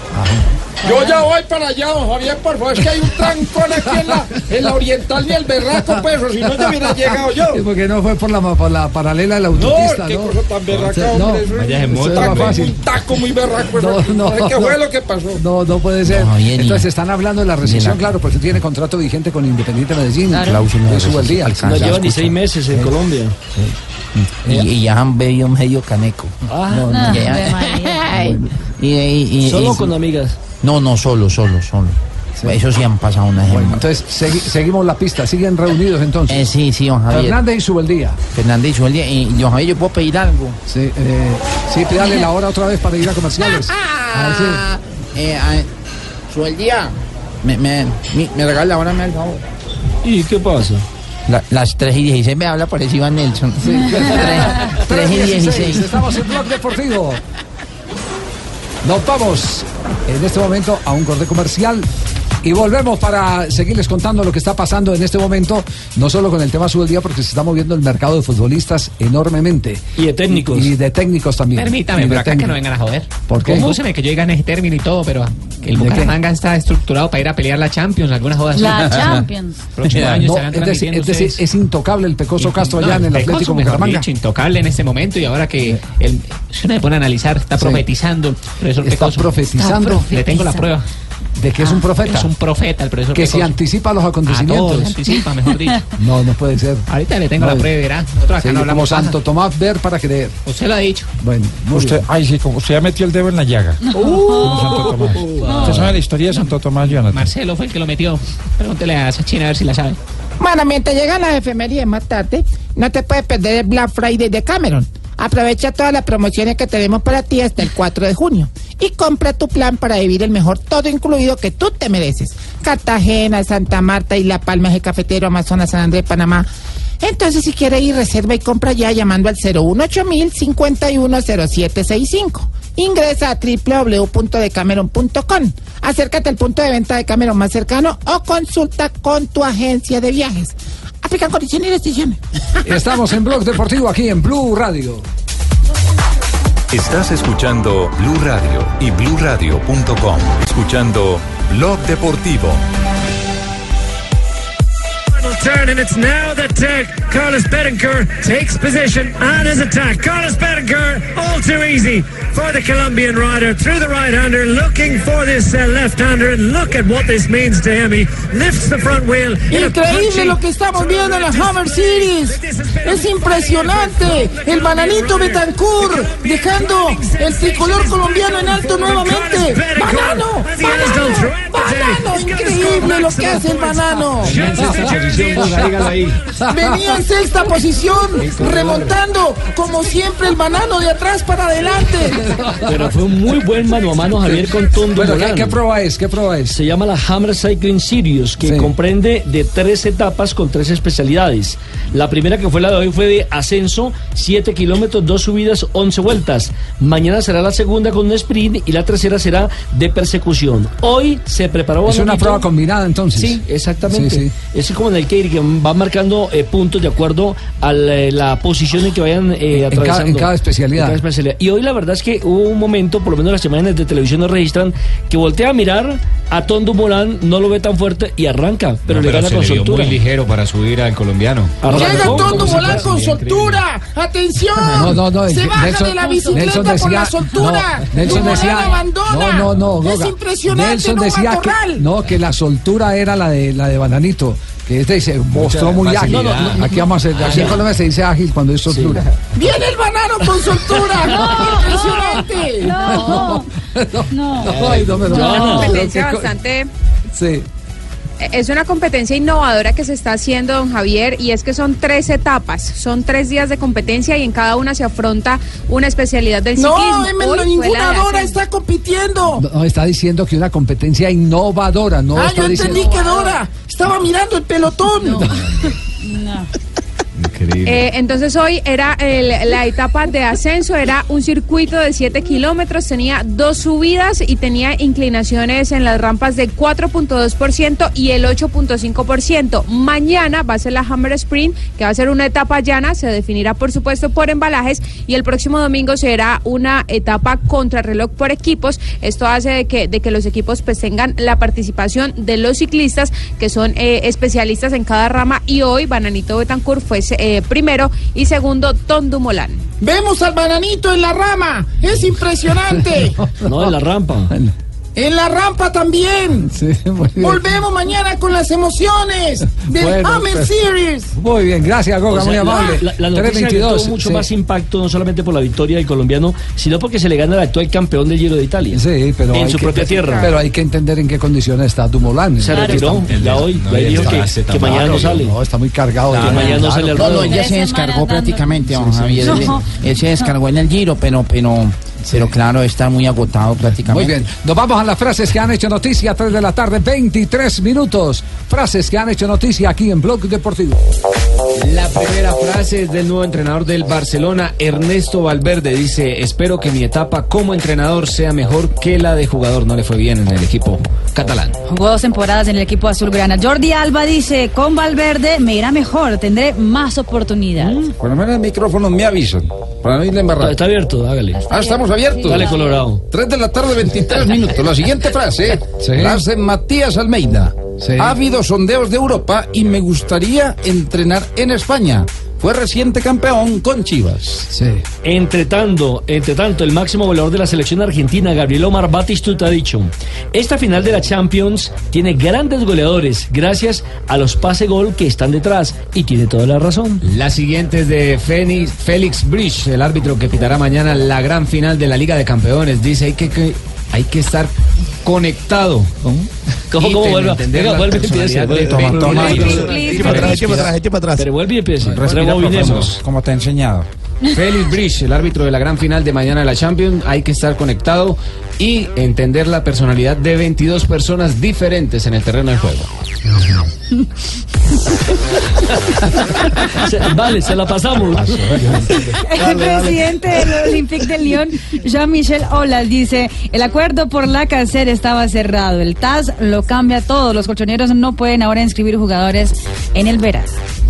Yo ya voy para allá, don Javier, por favor. Es que hay un trancón aquí en la, en la oriental y el berraco, pues, o si no, ya hubiera llegado yo. Sí, porque no fue por la, por la paralela de la No, autopista, qué ¿no? cosa tan berraca, No, hombre. Eso vaya en es un moto, taco, hombre. un taco muy berraco. No, eso. no, ¿Qué no. fue lo que pasó? No, no puede ser. No, Javier, y- Entonces están hablando de la rescisión, de la- claro, porque tiene contrato vigente con Independiente Medellín. Claro. Cláusula de De Subeldía. rescisión. No Ya lleva ni escucha. seis meses en Colombia. Y, y ya han bebido medio caneco. Ah, No, no, Ah, ya- Ave María. y, y- y- solo y- con amigas. No, no, solo, solo, solo. Eso sí han pasado una Bueno, semana. entonces segui- seguimos la pista, siguen reunidos entonces. Eh, sí, sí, don Javier. Fernández y Subeldía. Fernández y día y don Javier, ¿yo puedo pedir algo? Sí, eh, sí, pídale la hora otra vez para ir a comerciales. A ver si- Eh, a- Subeldía, me, me, mi- me regala la hora, me da el favor. ¿Y qué pasa? La- las tres y dieciséis me habla por eso Iván Nelson. Sí. tres y dieciséis. Estamos en Blog Deportivo. Nos vamos en este momento a un corte comercial y volvemos para seguirles contando lo que está pasando en este momento, no solo con el tema Sube el Día, porque se está moviendo el mercado de futbolistas enormemente. Y de técnicos. Y, y de técnicos también. Permítame, Y de pero acá que técnicos. no vengan a joder. ¿Por qué? Escúcheme que yo diga en ese término y todo, pero que el ¿De qué? Bucaramanga está estructurado para ir a pelear la Champions, alguna joda así. La Champions. Próximo año No, estarán es, decir, transmitiendo es decir, ustedes. es intocable el Pecoso Castro No, allá en el Pecoso, Atlético mejor Bucaramanga. dicho, intocable en este momento y ahora que el, si uno se pone a analizar, está Sí. profetizando. Profesor Está Pecoso. profetizando. Le tengo la prueba. ¿De que es un profeta? Es un profeta el profesor Que Pecoso. se anticipa los A acontecimientos. todos, anticipa, mejor dicho. No, no puede ser. Ahorita le tengo No, la prueba y verá. Nosotros acá sí, no como hablamos Santo paja. Tomás, ver para creer. Usted lo ha dicho. Bueno, muy Usted, bien. ay, sí, como usted ya metió el dedo en la llaga. Como Santo Tomás. Usted sabe la historia de Santo Tomás, Jonathan. Marcelo fue el que lo metió. Pregúntele a esa china a ver si la sabe. Bueno, mientras llegan las efemérides más tarde, no te puedes perder el Black Friday de Cameron. Aprovecha todas las promociones que tenemos para ti hasta el cuatro de junio y compra tu plan para vivir el mejor todo incluido que tú te mereces. Cartagena, Santa Marta, Isla Palma, Eje Cafetero, Amazonas, San Andrés, Panamá. Entonces, si quieres ir, reserva y compra ya llamando al cero uno ocho mil cincuenta y uno cero siete sesenta y cinco. Ingresa a doble u doble u doble u punto decameron punto com. Acércate al punto de venta de Cameron más cercano o consulta con tu agencia de viajes. Aplican condiciones y restricciones. Estamos en Blog Deportivo aquí en Blue Radio. Estás escuchando Blue Radio y blue radio punto com. Escuchando Blog Deportivo. Turn, and it's now that uh, Carlos Betancourt takes position on his attack. Carlos Betancourt, all too easy for the Colombian rider through the right-hander, looking for this uh, left-hander, and look at what this means to him. He lifts the front wheel. in a Increíble punchy- lo que estamos viendo en la Hammer Series. Es impresionante. El bananito Betancourt dejando el tricolor colombiano en alto nuevamente. ¡Banano! ¡Banano! ¡Banano! Increíble lo que hace el banano. Venía en sexta posición, remontando como siempre el banano de atrás para adelante. Pero fue un muy buen mano a mano, Javier, con Tondo Bueno, ¿qué, Molano. qué prueba es? ¿Qué prueba es? Se llama la Hammer Cycling Series, que Sí. comprende de tres etapas con tres especialidades. La primera, que fue la de hoy, fue de ascenso, siete kilómetros, dos subidas, once vueltas. Mañana será la segunda con un sprint y la tercera será de persecución. Hoy se preparó... Es una Bananito. prueba combinada entonces. Sí, exactamente. Sí, sí. Es como en el Keiri, que va marcando eh, puntos de acuerdo a la, la posición en que vayan eh, En cada- atravesando. en cada especialidad. En cada especialidad. Y hoy la verdad es que hubo un momento, por lo menos las imágenes de televisión nos registran, que voltea a mirar a Tondo Molán, no lo ve tan fuerte y arranca, pero No, le gana se con le dio soltura. muy ligero para subir al colombiano. Llega Tondo como si Molán fuera- con soltura. ¡Atención! No, no, no. Se baja Nelson- de la bicicleta Nelson por decía- la soltura. no, Nelson Molán decía, abandona. no, no, no, Es Goga. impresionante, Nelson no decía matorral. que, no, que la soltura era la de la de Bananito, que este se mostró muy ágil. facilidad. No, no, no, aquí vamos a hacer, aquí en Colombia se dice ágil cuando es soltura. Viene el banano con soltura. Impresionante. No, no. Ay, no me Es una no, competencia qué co- bastante... Sí. Es una competencia innovadora que se está haciendo, don Javier, y es que son tres etapas, son tres días de competencia y en cada una se afronta una especialidad del No, ciclismo. Emma, Hoy no, fue ninguna la de Dora ascenso. está compitiendo. No, está diciendo que una competencia innovadora, no ah, está yo diciendo. entendí que Dora estaba mirando el pelotón. No. Eh, entonces hoy era el- la etapa de ascenso, era un circuito de siete kilómetros, tenía dos subidas y tenía inclinaciones en las rampas de cuatro punto dos por ciento y el ocho punto cinco por ciento. Mañana va a ser la Hammer Sprint, que va a ser una etapa llana, se definirá por supuesto por embalajes, y el próximo domingo será una etapa contrarreloj por equipos. Esto hace de que, de que los equipos pues tengan la participación de los ciclistas que son eh, especialistas en cada rama, y hoy Bananito Betancourt fue eh, primero y segundo Tondo Molán. Vemos al bananito en la rama. Es impresionante. No, en la rampa. En la rampa también. Sí, muy bien. Volvemos mañana con las emociones del Bueno, Hammer pues, Series. Muy bien, gracias, Goga, O sea, muy amable. La, la, la noticia que tuvo mucho sí. más impacto, no solamente por la victoria del colombiano, sino porque se le gana al actual campeón del Giro de Italia. Sí, pero en hay su que- propia tierra. Pero hay que entender en qué condiciones está Dumoulin. Se retiró, ya hoy, ya dijo que, que mañana no sale. No, está muy cargado. Que ya, mañana no claro. sale al No, ruedo. no, él ya se descargó prácticamente, don Sí, sí. Javier. Él, No. él se descargó en el Giro, pero, pero pero claro, está muy agotado prácticamente. Muy bien, nos vamos a las frases que han hecho noticia, tres de la tarde, veintitrés minutos. Frases que han hecho noticia aquí en Blog Deportivo. La primera frase es del nuevo entrenador del Barcelona, Ernesto Valverde. Dice: espero que mi etapa como entrenador sea mejor que la de jugador. No le fue bien en el equipo catalán. Jugó dos temporadas en el equipo azulgrana. Jordi Alba dice: con Valverde me irá mejor, tendré más oportunidad. Mm, por lo menos el micrófono me avisan. Para no irle embarrado. Está abierto, hágale. Ah, estamos abiertos. Dale, Colorado. tres de la tarde, veintitrés minutos. La siguiente frase sí. la hace Matías Almeida. Sí. Ha habido sondeos de Europa y me gustaría entrenar en España. Fue reciente campeón con Chivas. Sí. Entre tanto, entre tanto, el máximo goleador de la selección argentina, Gabriel Omar Batistuta, ha dicho: esta final de la Champions tiene grandes goleadores gracias a los pase-gol que están detrás, y tiene toda la razón. La siguiente es de Félix, Félix Bridge, el árbitro que pitará mañana la gran final de la Liga de Campeones. Dice: hay que, que hay que estar conectado. ¿Cómo? ¿Cómo, cómo vuelva? Venga, vuelve y empieza. Toma, toma. Eche para atrás, eche para atrás, eche para atrás. Pero vuelve y empieza. Rebobinemos. Como te he enseñado. Félix Bridge, el árbitro de la gran final de mañana de la Champions. Hay que estar conectado y entender la personalidad de veintidós personas diferentes en el terreno del juego. Vale, se la pasamos. El presidente del Olympique de Lyon, Jean-Michel Aulas, dice: el acuerdo por la Lacazette estaba cerrado. El T A S lo cambia todo. Los colchoneros no pueden ahora inscribir jugadores en el verano.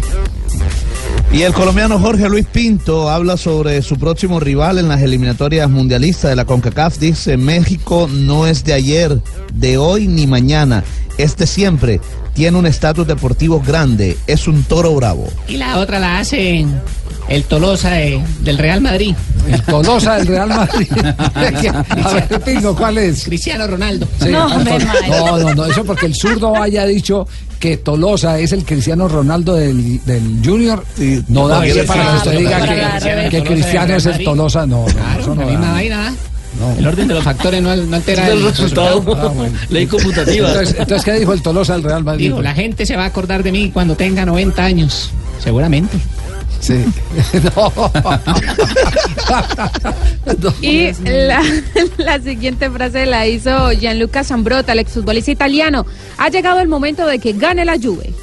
Y el colombiano Jorge Luis Pinto habla sobre su próximo rival en las eliminatorias mundialistas de la CONCACAF. Dice: México no es de ayer, de hoy ni mañana, es de siempre. Tiene un estatus deportivo grande, es un toro bravo. Y la otra la hace el Tolosa de, del Real Madrid. El Tolosa del Real Madrid. A ver, Pingo, ¿cuál es? Cristiano Ronaldo. Sí, no, no, no, no, eso porque el zurdo haya dicho que Tolosa es el Cristiano Ronaldo del, del Junior. Sí, no da pie para que usted diga que, que Cristiano es el Tolosa. No, no, claro, eso no la misma da. vaina. No. El orden de los factores no, no altera el, el resultado. resultado. Ah, bueno. Ley conmutativa. Entonces, entonces, ¿qué dijo el Tolosa del Real Madrid? Dijo: la gente se va a acordar de mí cuando tenga noventa años. Seguramente. Sí. No. No. Y la, la siguiente frase la hizo Gianluca Zambrotta, el exfutbolista italiano. Ha llegado el momento de que gane la Juve.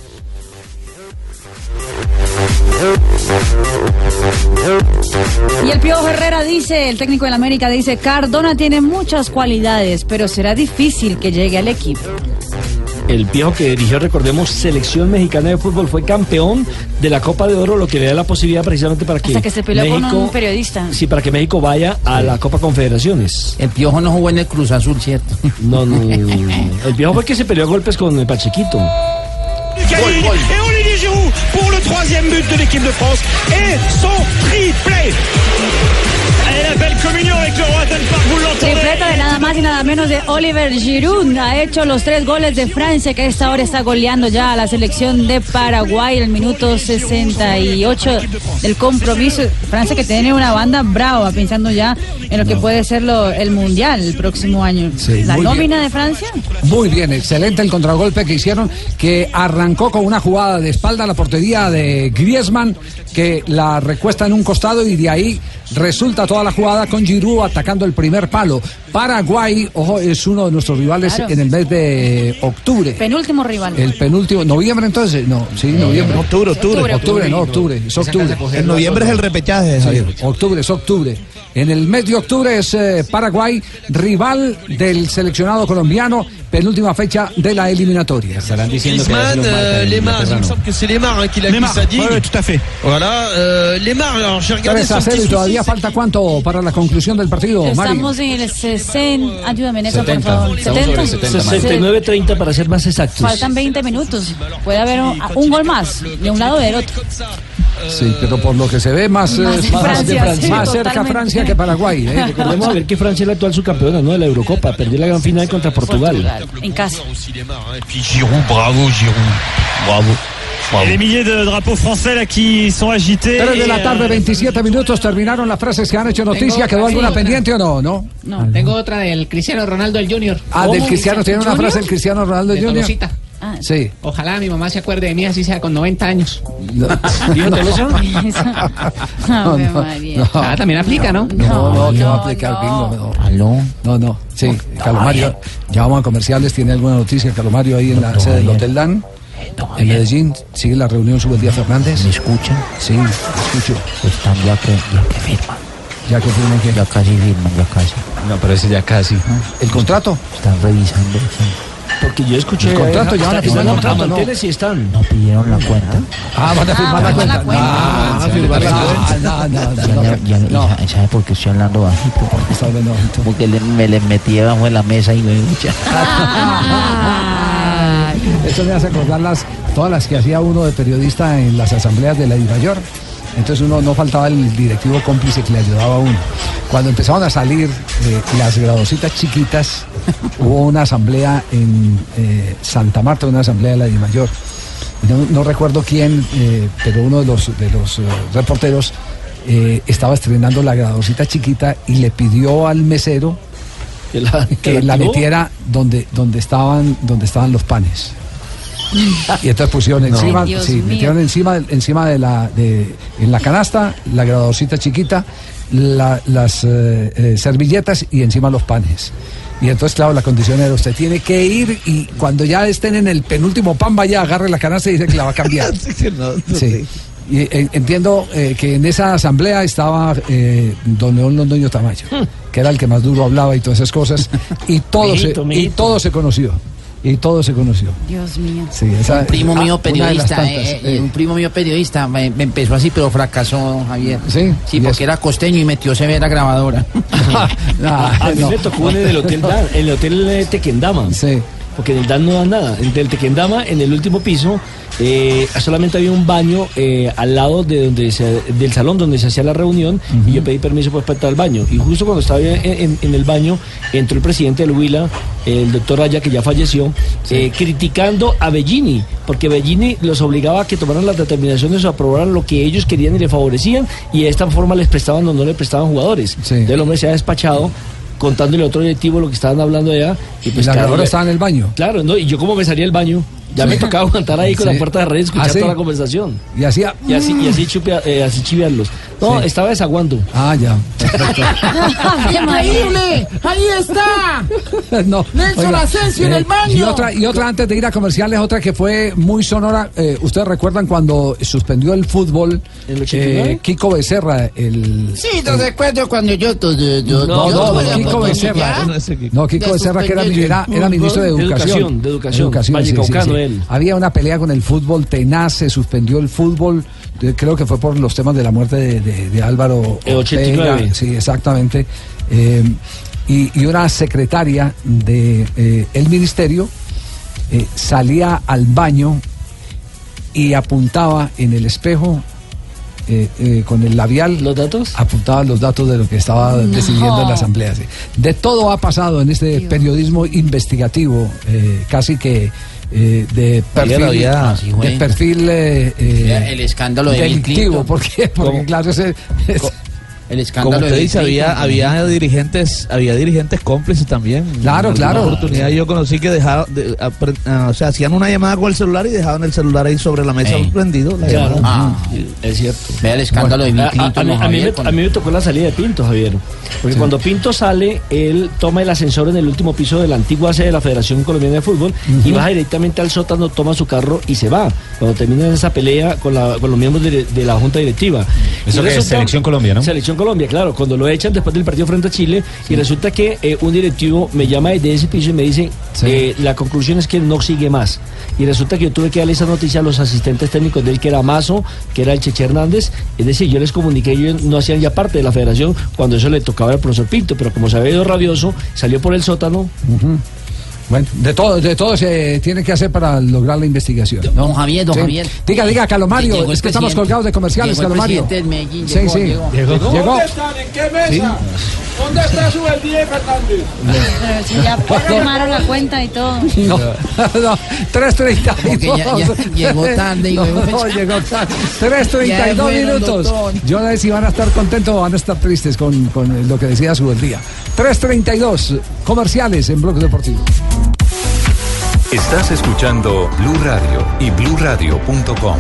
Y el Piojo Herrera dice, el técnico del América dice: Cardona tiene muchas cualidades, pero será difícil que llegue al equipo. El Piojo, que dirigió, recordemos, selección mexicana de fútbol, fue campeón de la Copa de Oro, lo que le da la posibilidad precisamente para que hasta que se peleó México, con un periodista. Sí, para que México vaya a la Copa Confederaciones. El Piojo no jugó en el Cruz Azul, ¿cierto? No, no, no. El Piojo fue el que se peleó a golpes con el Pachequito. Gol, gol. Et Olivier Giroud pour le troisième but de l'équipe de France et son triplé. La belle communion avec le roi del Parc, vous l'entendez. Tripleta de nada más y nada menos de Oliver Giroud. Ha hecho los tres goles de Francia, que a esta hora está goleando ya a la selección de Paraguay en el minuto sesenta y ocho del compromiso. Francia, que tiene una banda brava, pensando ya en lo que puede ser lo, el Mundial el próximo año. Sí, la nómina bien. de Francia. Muy bien, excelente el contragolpe que hicieron, que arrancó con una jugada de espalda a la portería de Griezmann, que la recuesta en un costado, y de ahí resulta toda la jugada con Giroud atacando el primer palo. Paraguay, ojo, es uno de nuestros rivales, claro, en el mes de octubre. Penúltimo rival. El penúltimo, noviembre entonces, no, sí, noviembre. Eh, octubre, octubre. Octubre, octubre, no, octubre, es octubre. En noviembre es el repechaje, Javier. Sí, octubre, es octubre. En el mes de octubre es eh, Paraguay, rival del seleccionado colombiano, penúltima fecha de la eliminatoria. Estarán diciendo que Griezmann, euh, Lemar, il me semble que c'est Lemar hein, qui l'a mis sa digue. Oui, tout à fait. Voilà, euh, Lemar, alors j'ai regardé tres a cero, y todavía falta cuánto para la conclusión del partido, Mari. Estamos en el sesenta, ayúdame en eso, setenta, por favor. setenta. sesenta y nueve treinta para ser más exactos. Faltan veinte minutos. Puede haber un, un gol más de un lado o del otro. Sí, pero por lo que se ve más, más, eh, de más, Francia, de Francia, sí, más cerca totalmente. Francia que Paraguay. ¿eh? Recordemos a ver que Francia es la actual subcampeona, ¿no?, de la Eurocopa. Perdió la gran final contra Portugal. Portugal, en casa. Et puis Giroud, bravo Giroud, bravo. Et les milliers de drapeaux français là qui sont agités. tres de la tarde, veintisiete minutos, terminaron las frases que han hecho noticia. ¿Quedó alguna sí, pendiente o no? No, no tengo otra del Cristiano Ronaldo del Junior. Ah, del Cristiano, tiene una frase del Cristiano Ronaldo de Junior. Tolosita. Ah, Sí. Ojalá mi mamá se acuerde de mí, así sea con noventa años. No. ¿Dijo eso? No, no, María. no. Ah, también aplica, ¿no? No, no, ¿qué va a no, aplicar, no. bingo? No. ¿Aló? No, no. Sí, Carlos Mario. Ya vamos a comerciales. ¿Tiene alguna noticia, Carlos Mario, ahí en la sede del Hotel Dan? En Medellín. ¿Sigue la reunión Subeldía Fernández? ¿Me escuchan? Sí, escucho. Están ya que, ya que firman. ¿Ya que firman qué? Ya casi firman, ya casi. No, pero ese ya casi. ¿El contrato? Están revisando. Sí. Porque yo escuché. El contrato, ya van a Está- firmar están el contrato, comprando ¿no? antenas y están. No pidieron la cuenta. Ah, van a firmar la cuenta. cuenta. Ah, van a firmar la cuenta. No, no, no, Ya, no. ya, ya, No. ¿y ¿Sabe por qué estoy hablando bajito? Está hablando bajito. Porque le- me les metí debajo de la mesa y me escucha. Eso me hace acordar las, todas las que hacía uno de periodista en las asambleas de la DIMAYOR. Entonces uno no faltaba el directivo cómplice que le ayudaba a uno. Cuando empezaron a salir eh, las graduacitas chiquitas, hubo una asamblea en eh, Santa Marta, una asamblea de la DIMAYOR. No, no recuerdo quién, eh, pero uno de los, de los eh, reporteros eh, estaba estrenando la graduacita chiquita y le pidió al mesero Que la, que la metiera donde, donde, estaban, donde estaban los panes. Y entonces pusieron encima, Ay, Dios sí, mío. metieron encima, encima de la, de, en la canasta, la graduacita chiquita, la- las eh, eh, servilletas y encima los panes. Y entonces, claro, la condición era usted tiene que ir y cuando ya estén en el penúltimo pan, vaya, agarre la canasta y dice que la va a cambiar. Sí. Y eh, entiendo eh, que en esa asamblea estaba eh, don León Londoño Tamayo, que era el que más duro hablaba y todas esas cosas, y todo, Mijito, se, y mijito. todo se conoció. Y todo se conoció. Dios mío. Sí, esa- Un primo ah, mío una de las periodista, tantas, eh, eh. eh, un primo mío periodista, me, me empezó así, pero fracasó, Javier. Sí, Sí, ¿y porque eso? era costeño y metió severa grabadora. Ah, A mí no. me tocó en el hotel Dan, en el hotel eh, Tequendama. Sí. Porque en el Dan no dan nada. En el Tequendama, en el último piso, eh, solamente había un baño eh, al lado de donde se- del salón donde se hacía la reunión y yo pedí permiso pues, para entrar al baño. Y justo cuando estaba en, en- en el baño, entró el presidente del Huila, el doctor Raya, que ya falleció, eh, criticando a Bellini, porque Bellini los obligaba a que tomaran las determinaciones o aprobaran lo que ellos querían y le favorecían, y de esta forma les prestaban o no le prestaban jugadores. Entonces el hombre se ha despachado contándole a otro directivo lo que estaban hablando allá. Y pues ¿Y la claro, grabadora ya- estaba en el baño? Claro, ¿no? Y yo como me salía del baño, ya Sí. me tocaba aguantar ahí con Sí. la puerta de red y escuchar ¿Ah, sí? toda la conversación. Y hacía... Y así, y así, chupea- eh, así chivearlos. No, Sí. estaba desaguando. Ah, ya. ¡Increíble! ¡Ahí está! No, Nelson oiga, Asensio en eh, el baño. Y otra, y otra antes de ir a comerciales, otra que fue muy sonora. Eh, Ustedes recuerdan cuando suspendió el fútbol eh, Kiko Becerra, el... Sí, te recuerdo cuando yo... yo, yo No, yo no, tuve la Kiko oportunidad Becerra. No, Kiko de Becerra, que era, suspender era, el era ministro de De Educación. educación, de educación. Vallecaucano, él. Había una pelea con el fútbol tenaz, se suspendió el fútbol. eh, Creo que fue por los temas de la muerte de, de- de Álvaro El ochenta y nueve. Ortega. Sí, exactamente. Eh, y, y una secretaria del de, eh, el ministerio eh, salía al baño y apuntaba en el espejo eh, eh, con el labial. ¿Los datos? Apuntaba los datos de lo que estaba No. decidiendo en la asamblea. Sí. De todo ha pasado en este periodismo investigativo, eh, casi que eh, de perfil, había- de sí, bueno. perfil eh, eh, El escándalo de Bill delictivo. Clinton. ¿Por qué? Porque ¿Cómo? claro, ese, es- El Como escándalo usted de dice, Bill había, Clinton. había dirigentes, había dirigentes cómplices también. Claro, En claro. alguna oportunidad yo conocí que dejaban, de- apre- ah, o sea, hacían una llamada con el celular y dejaban el celular ahí sobre la mesa Ey. prendido. La Claro. llamada. Ah, Es cierto. vea el escándalo de Bill A, a- Clinton. a mí, ¿no, a mí Javier? me, a mí me tocó la salida de Pinto, Javier. Porque Sí. cuando Pinto sale, él toma el ascensor en el último piso de la antigua sede de la Federación Colombiana de Fútbol y baja directamente al sótano, toma su carro y se va. Cuando termina esa pelea con, la- con los miembros de, de la Junta Directiva. Eso Y que es resulta- Selección Colombia, ¿no? Selección Colombia, claro. Cuando lo echan después del partido frente a Chile y resulta que eh, un directivo me llama desde ese piso y me dice, Sí. eh, la conclusión es que no sigue más. Y resulta que yo tuve que darle esa noticia a los asistentes técnicos de él, que era Mazo, que era el Cheche Hernández. Es decir, yo les comuniqué, ellos no hacían ya parte de la federación cuando eso le tocaba al profesor Pinto, pero como se había ido rabioso, salió por el sótano. Ujú. Bueno, de todo, de todo se tiene que hacer para lograr la investigación, ¿no? Don Javier, don Sí. Javier. Diga, diga, Calomario, Llegó el es que estamos presidente. colgados de comerciales, Llegó el Calomario. presidente del Medellín, Sí, llegó, sí. llegó. Llegó. ¿Dónde están? ¿En qué mesa? ¿Dónde está su Díaz Fernández? Pero si ya tomaron la cuenta y todo. No, no, tres treinta y Porque dos. ya- ya llegó tarde y no, luego no, pensaba- llegó tarde. tres treinta y dos Ya fueron, minutos. doctor. Yo no sé si van a estar contentos o van a estar tristes con, con lo que decía su día. tres treinta y dos, comerciales en Bloque Deportivo. Estás escuchando Blue Radio y blue radio punto com.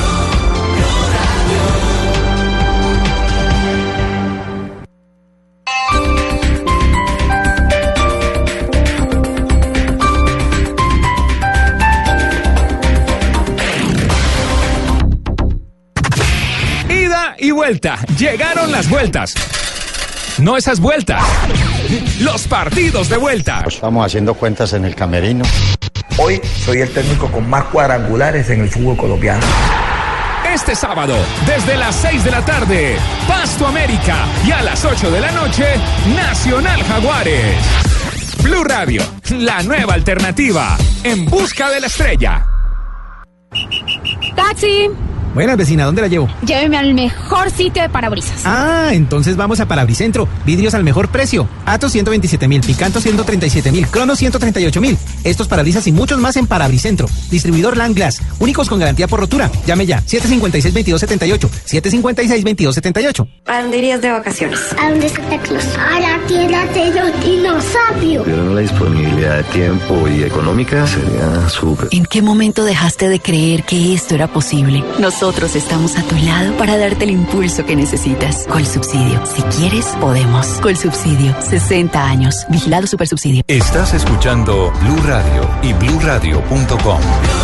Ida y vuelta. Llegaron las vueltas. No esas vueltas. Los partidos de vuelta. Estamos haciendo cuentas en el camerino. Hoy soy el técnico con más cuadrangulares en el fútbol colombiano. Este sábado, desde las seis de la tarde, Pasto América, y a las ocho de la noche, Nacional Jaguares. Blue Radio, la nueva alternativa, en busca de la estrella. ¡Taxi! Buenas, vecina, ¿dónde la llevo? Lléveme al mejor sitio de parabrisas. Ah, entonces vamos a Parabricentro. Vidrios al mejor precio. Atos ciento veintisiete mil, Picanto ciento treinta y siete mil, Crono ciento treinta y ocho mil. Estos parabrisas y muchos más en Parabricentro. Distribuidor Land Glass, únicos con garantía por rotura. Llame ya, siete cinco seis, veintidós setenta y ocho, siete cinco seis, veintidós setenta y ocho. ¿A dónde irías de vacaciones? ¿A dónde está Teclos? A la tierra de los dinosaurios. Pero la disponibilidad de tiempo y económica sería súper. ¿En qué momento dejaste de creer que esto era posible? Nosotros estamos a tu lado para darte el impulso que necesitas. Colsubsidio. Si quieres, podemos. Colsubsidio. sesenta años. Vigilado Supersubsidio. Estás escuchando Blue Radio y blue radio punto com.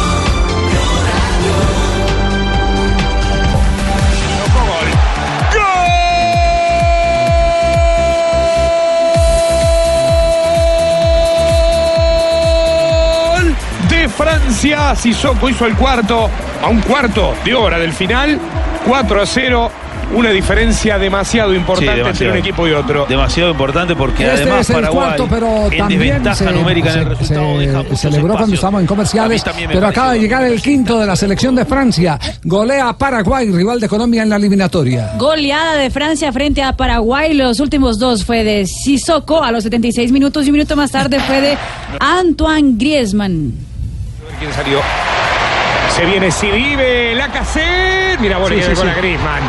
Francia, Sissoko hizo el cuarto a un cuarto de hora del final, cuatro a cero, una diferencia demasiado importante, sí, demasiado, entre un equipo y otro. Demasiado importante porque este además es el Paraguay cuarto, pero en desventaja se, numérica se, en el resultado se, deja se celebró espacio. Cuando estábamos en comerciales, pero acaba de llegar el quinto de la selección de Francia. Golea a Paraguay, rival de Colombia en la eliminatoria. Goleada de Francia frente a Paraguay. Los últimos dos fue de Sissoko a los setenta y seis minutos y un minuto más tarde fue de Antoine Griezmann. ¿Quién salió? Se viene Sidibe, Lacazette. Mira, bueno, sí, sí, con sí. a Griezmann.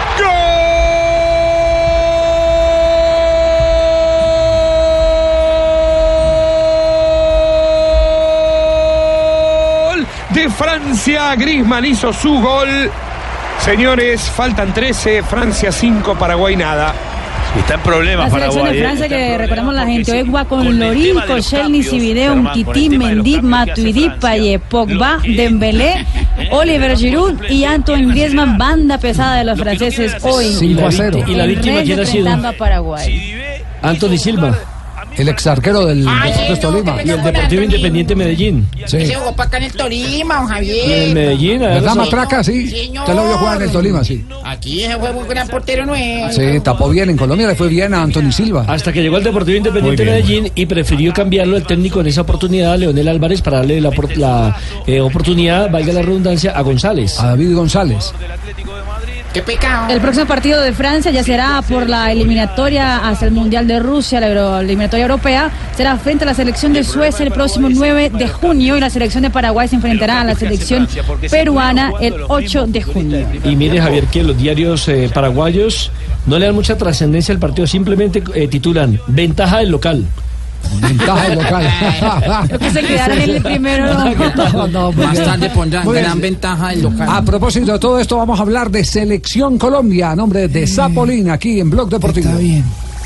¡Gol! De Francia, Griezmann hizo su gol. Señores, faltan trece, Francia cinco, Paraguay nada. Está en problemas la selección Paraguay, de Francia, eh, que recordamos la gente hoy va con, con Lorin, Koscielny, Zidane, Umtiti, Mendy, Matuidi, Payet, Pogba, Dembélé, Oliver Giroud y Antoine Griezmann, banda pesada de los franceses hoy. cinco a cero. Y la víctima quién ha sido? A Paraguay. Anthony Silva. El ex arquero del Deportes Tolima. Y el Deportivo Independiente Medellín. Sí. Ese jugó para acá en el Tolima, don Javier. Y en el Medellín. ¿Verdad, Matraca? Sí. Señor. Usted lo vio jugar en el Tolima, sí. Aquí ese fue un gran portero, ¿no es? Sí, tapó bien. En Colombia le fue bien a Anthony Silva. Hasta que llegó al Deportivo Independiente de Medellín y prefirió cambiarlo el técnico en esa oportunidad, Leonel Álvarez, para darle la, la eh, oportunidad, valga la redundancia, a González. A David González. ¡Qué pecado! El próximo partido de Francia ya será por la eliminatoria hasta el Mundial de Rusia, la Euro, eliminatoria europea. Será frente a la selección de Suecia el próximo nueve de junio y la selección de Paraguay se enfrentará a la selección peruana el ocho de junio. Y mire, Javier, que los diarios eh, paraguayos no le dan mucha trascendencia al partido, simplemente eh, titulan ventaja del local. Ventaja del local. Lo que se quedaron en el primero. No, no, más tarde pondrán gran ventaja del local. A propósito de todo esto, vamos a hablar de Selección Colombia, a nombre de Zapolín, aquí en Blog Deportivo. Está bien.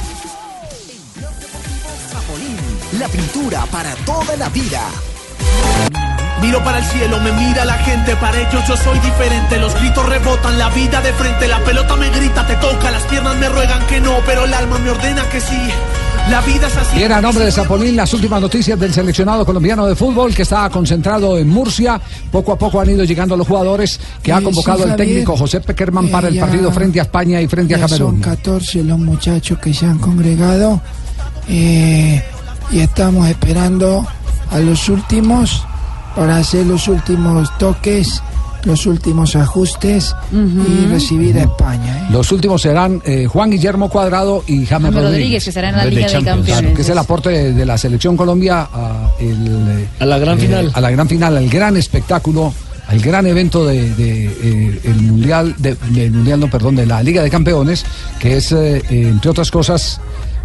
La pintura para toda la vida. Miro para el cielo, me mira la gente, para ellos yo soy diferente. Los gritos rebotan, la vida de frente, la pelota me grita, te toca, las piernas me ruegan que no, pero el alma me ordena que sí. La vida es así. Bien, a nombre de Zapolín, las últimas noticias del seleccionado colombiano de fútbol que está concentrado en Murcia. Poco a poco han ido llegando los jugadores que ha convocado el técnico José Peckerman para el partido frente a España y frente a Camerún. Son catorce los muchachos que se han congregado eh, y estamos esperando a los últimos para hacer los últimos toques, los últimos ajustes uh-huh. y recibir a España. ¿eh? Los últimos serán eh, Juan Guillermo Cuadrado y James Rodríguez, Rodríguez, que será en la Liga de, de Campeones. Claro, que es el aporte de, de la Selección Colombia a, el, a la gran eh, final. A la gran final, al gran espectáculo, al gran evento de, de eh, el mundial, de, del mundial, no, perdón, de la Liga de Campeones, que es, eh, entre otras cosas,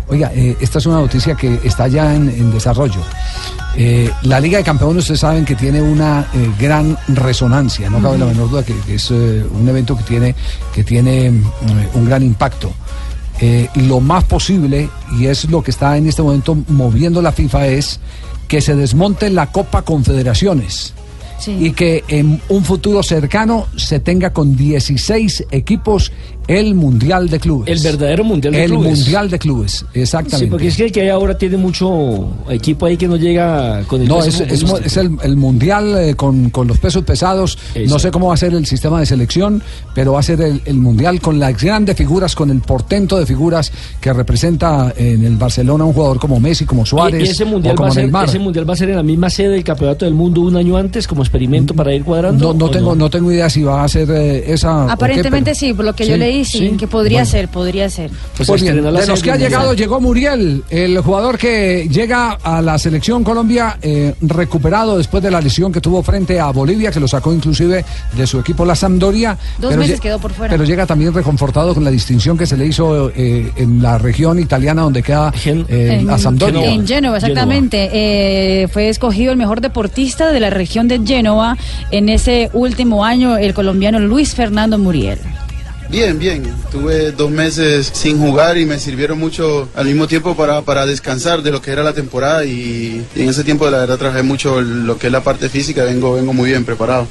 Oiga, eh, esta es una noticia que está ya en, en desarrollo. Eh, la Liga de Campeones, ustedes saben que tiene una eh, gran resonancia, no cabe uh-huh. la menor duda que, que es eh, un evento que tiene, que tiene eh, un gran impacto. Eh, lo más posible, y es lo que está en este momento moviendo la FIFA, es que se desmonte la Copa Confederaciones. Sí. Y que en un futuro cercano se tenga con dieciséis equipos el Mundial de Clubes. El verdadero Mundial de el Clubes. El Mundial de Clubes, exactamente. Sí, porque es que el que hay ahora tiene mucho equipo ahí que no llega con el No, es, es, es el, el Mundial eh, con, con los pesos pesados. Eso. No sé cómo va a ser el sistema de selección, pero va a ser el, el Mundial con las grandes figuras, con el portento de figuras que representa en el Barcelona un jugador como Messi, como Suárez. Y, y ese, mundial o como va a ser, Neymar. ese Mundial va a ser en la misma sede del Campeonato del Mundo un año antes, como experimento para ir cuadrando. No, no, tengo, no? no tengo idea si va a ser eh, esa. Aparentemente qué, pero... sí, por lo que sí, yo leí, sí, sí. que podría bueno. ser, podría ser. Pues, pues bien, de los que ha llegado, llegó Muriel, el jugador que llega a la selección Colombia eh, recuperado después de la lesión que tuvo frente a Bolivia, que lo sacó inclusive de su equipo la Sampdoria. Dos pero meses quedó por fuera. Pero llega también reconfortado con la distinción que se le hizo eh, en la región italiana donde queda eh, en, la Sampdoria. En Génova, exactamente. Eh, fue escogido el mejor deportista de la región de Génova en ese último año, el colombiano Luis Fernando Muriel. Bien, bien. Tuve dos meses sin jugar y me sirvieron mucho al mismo tiempo para, para descansar de lo que era la temporada y, y en ese tiempo la verdad trabajé mucho lo que es la parte física, vengo, vengo muy bien preparado.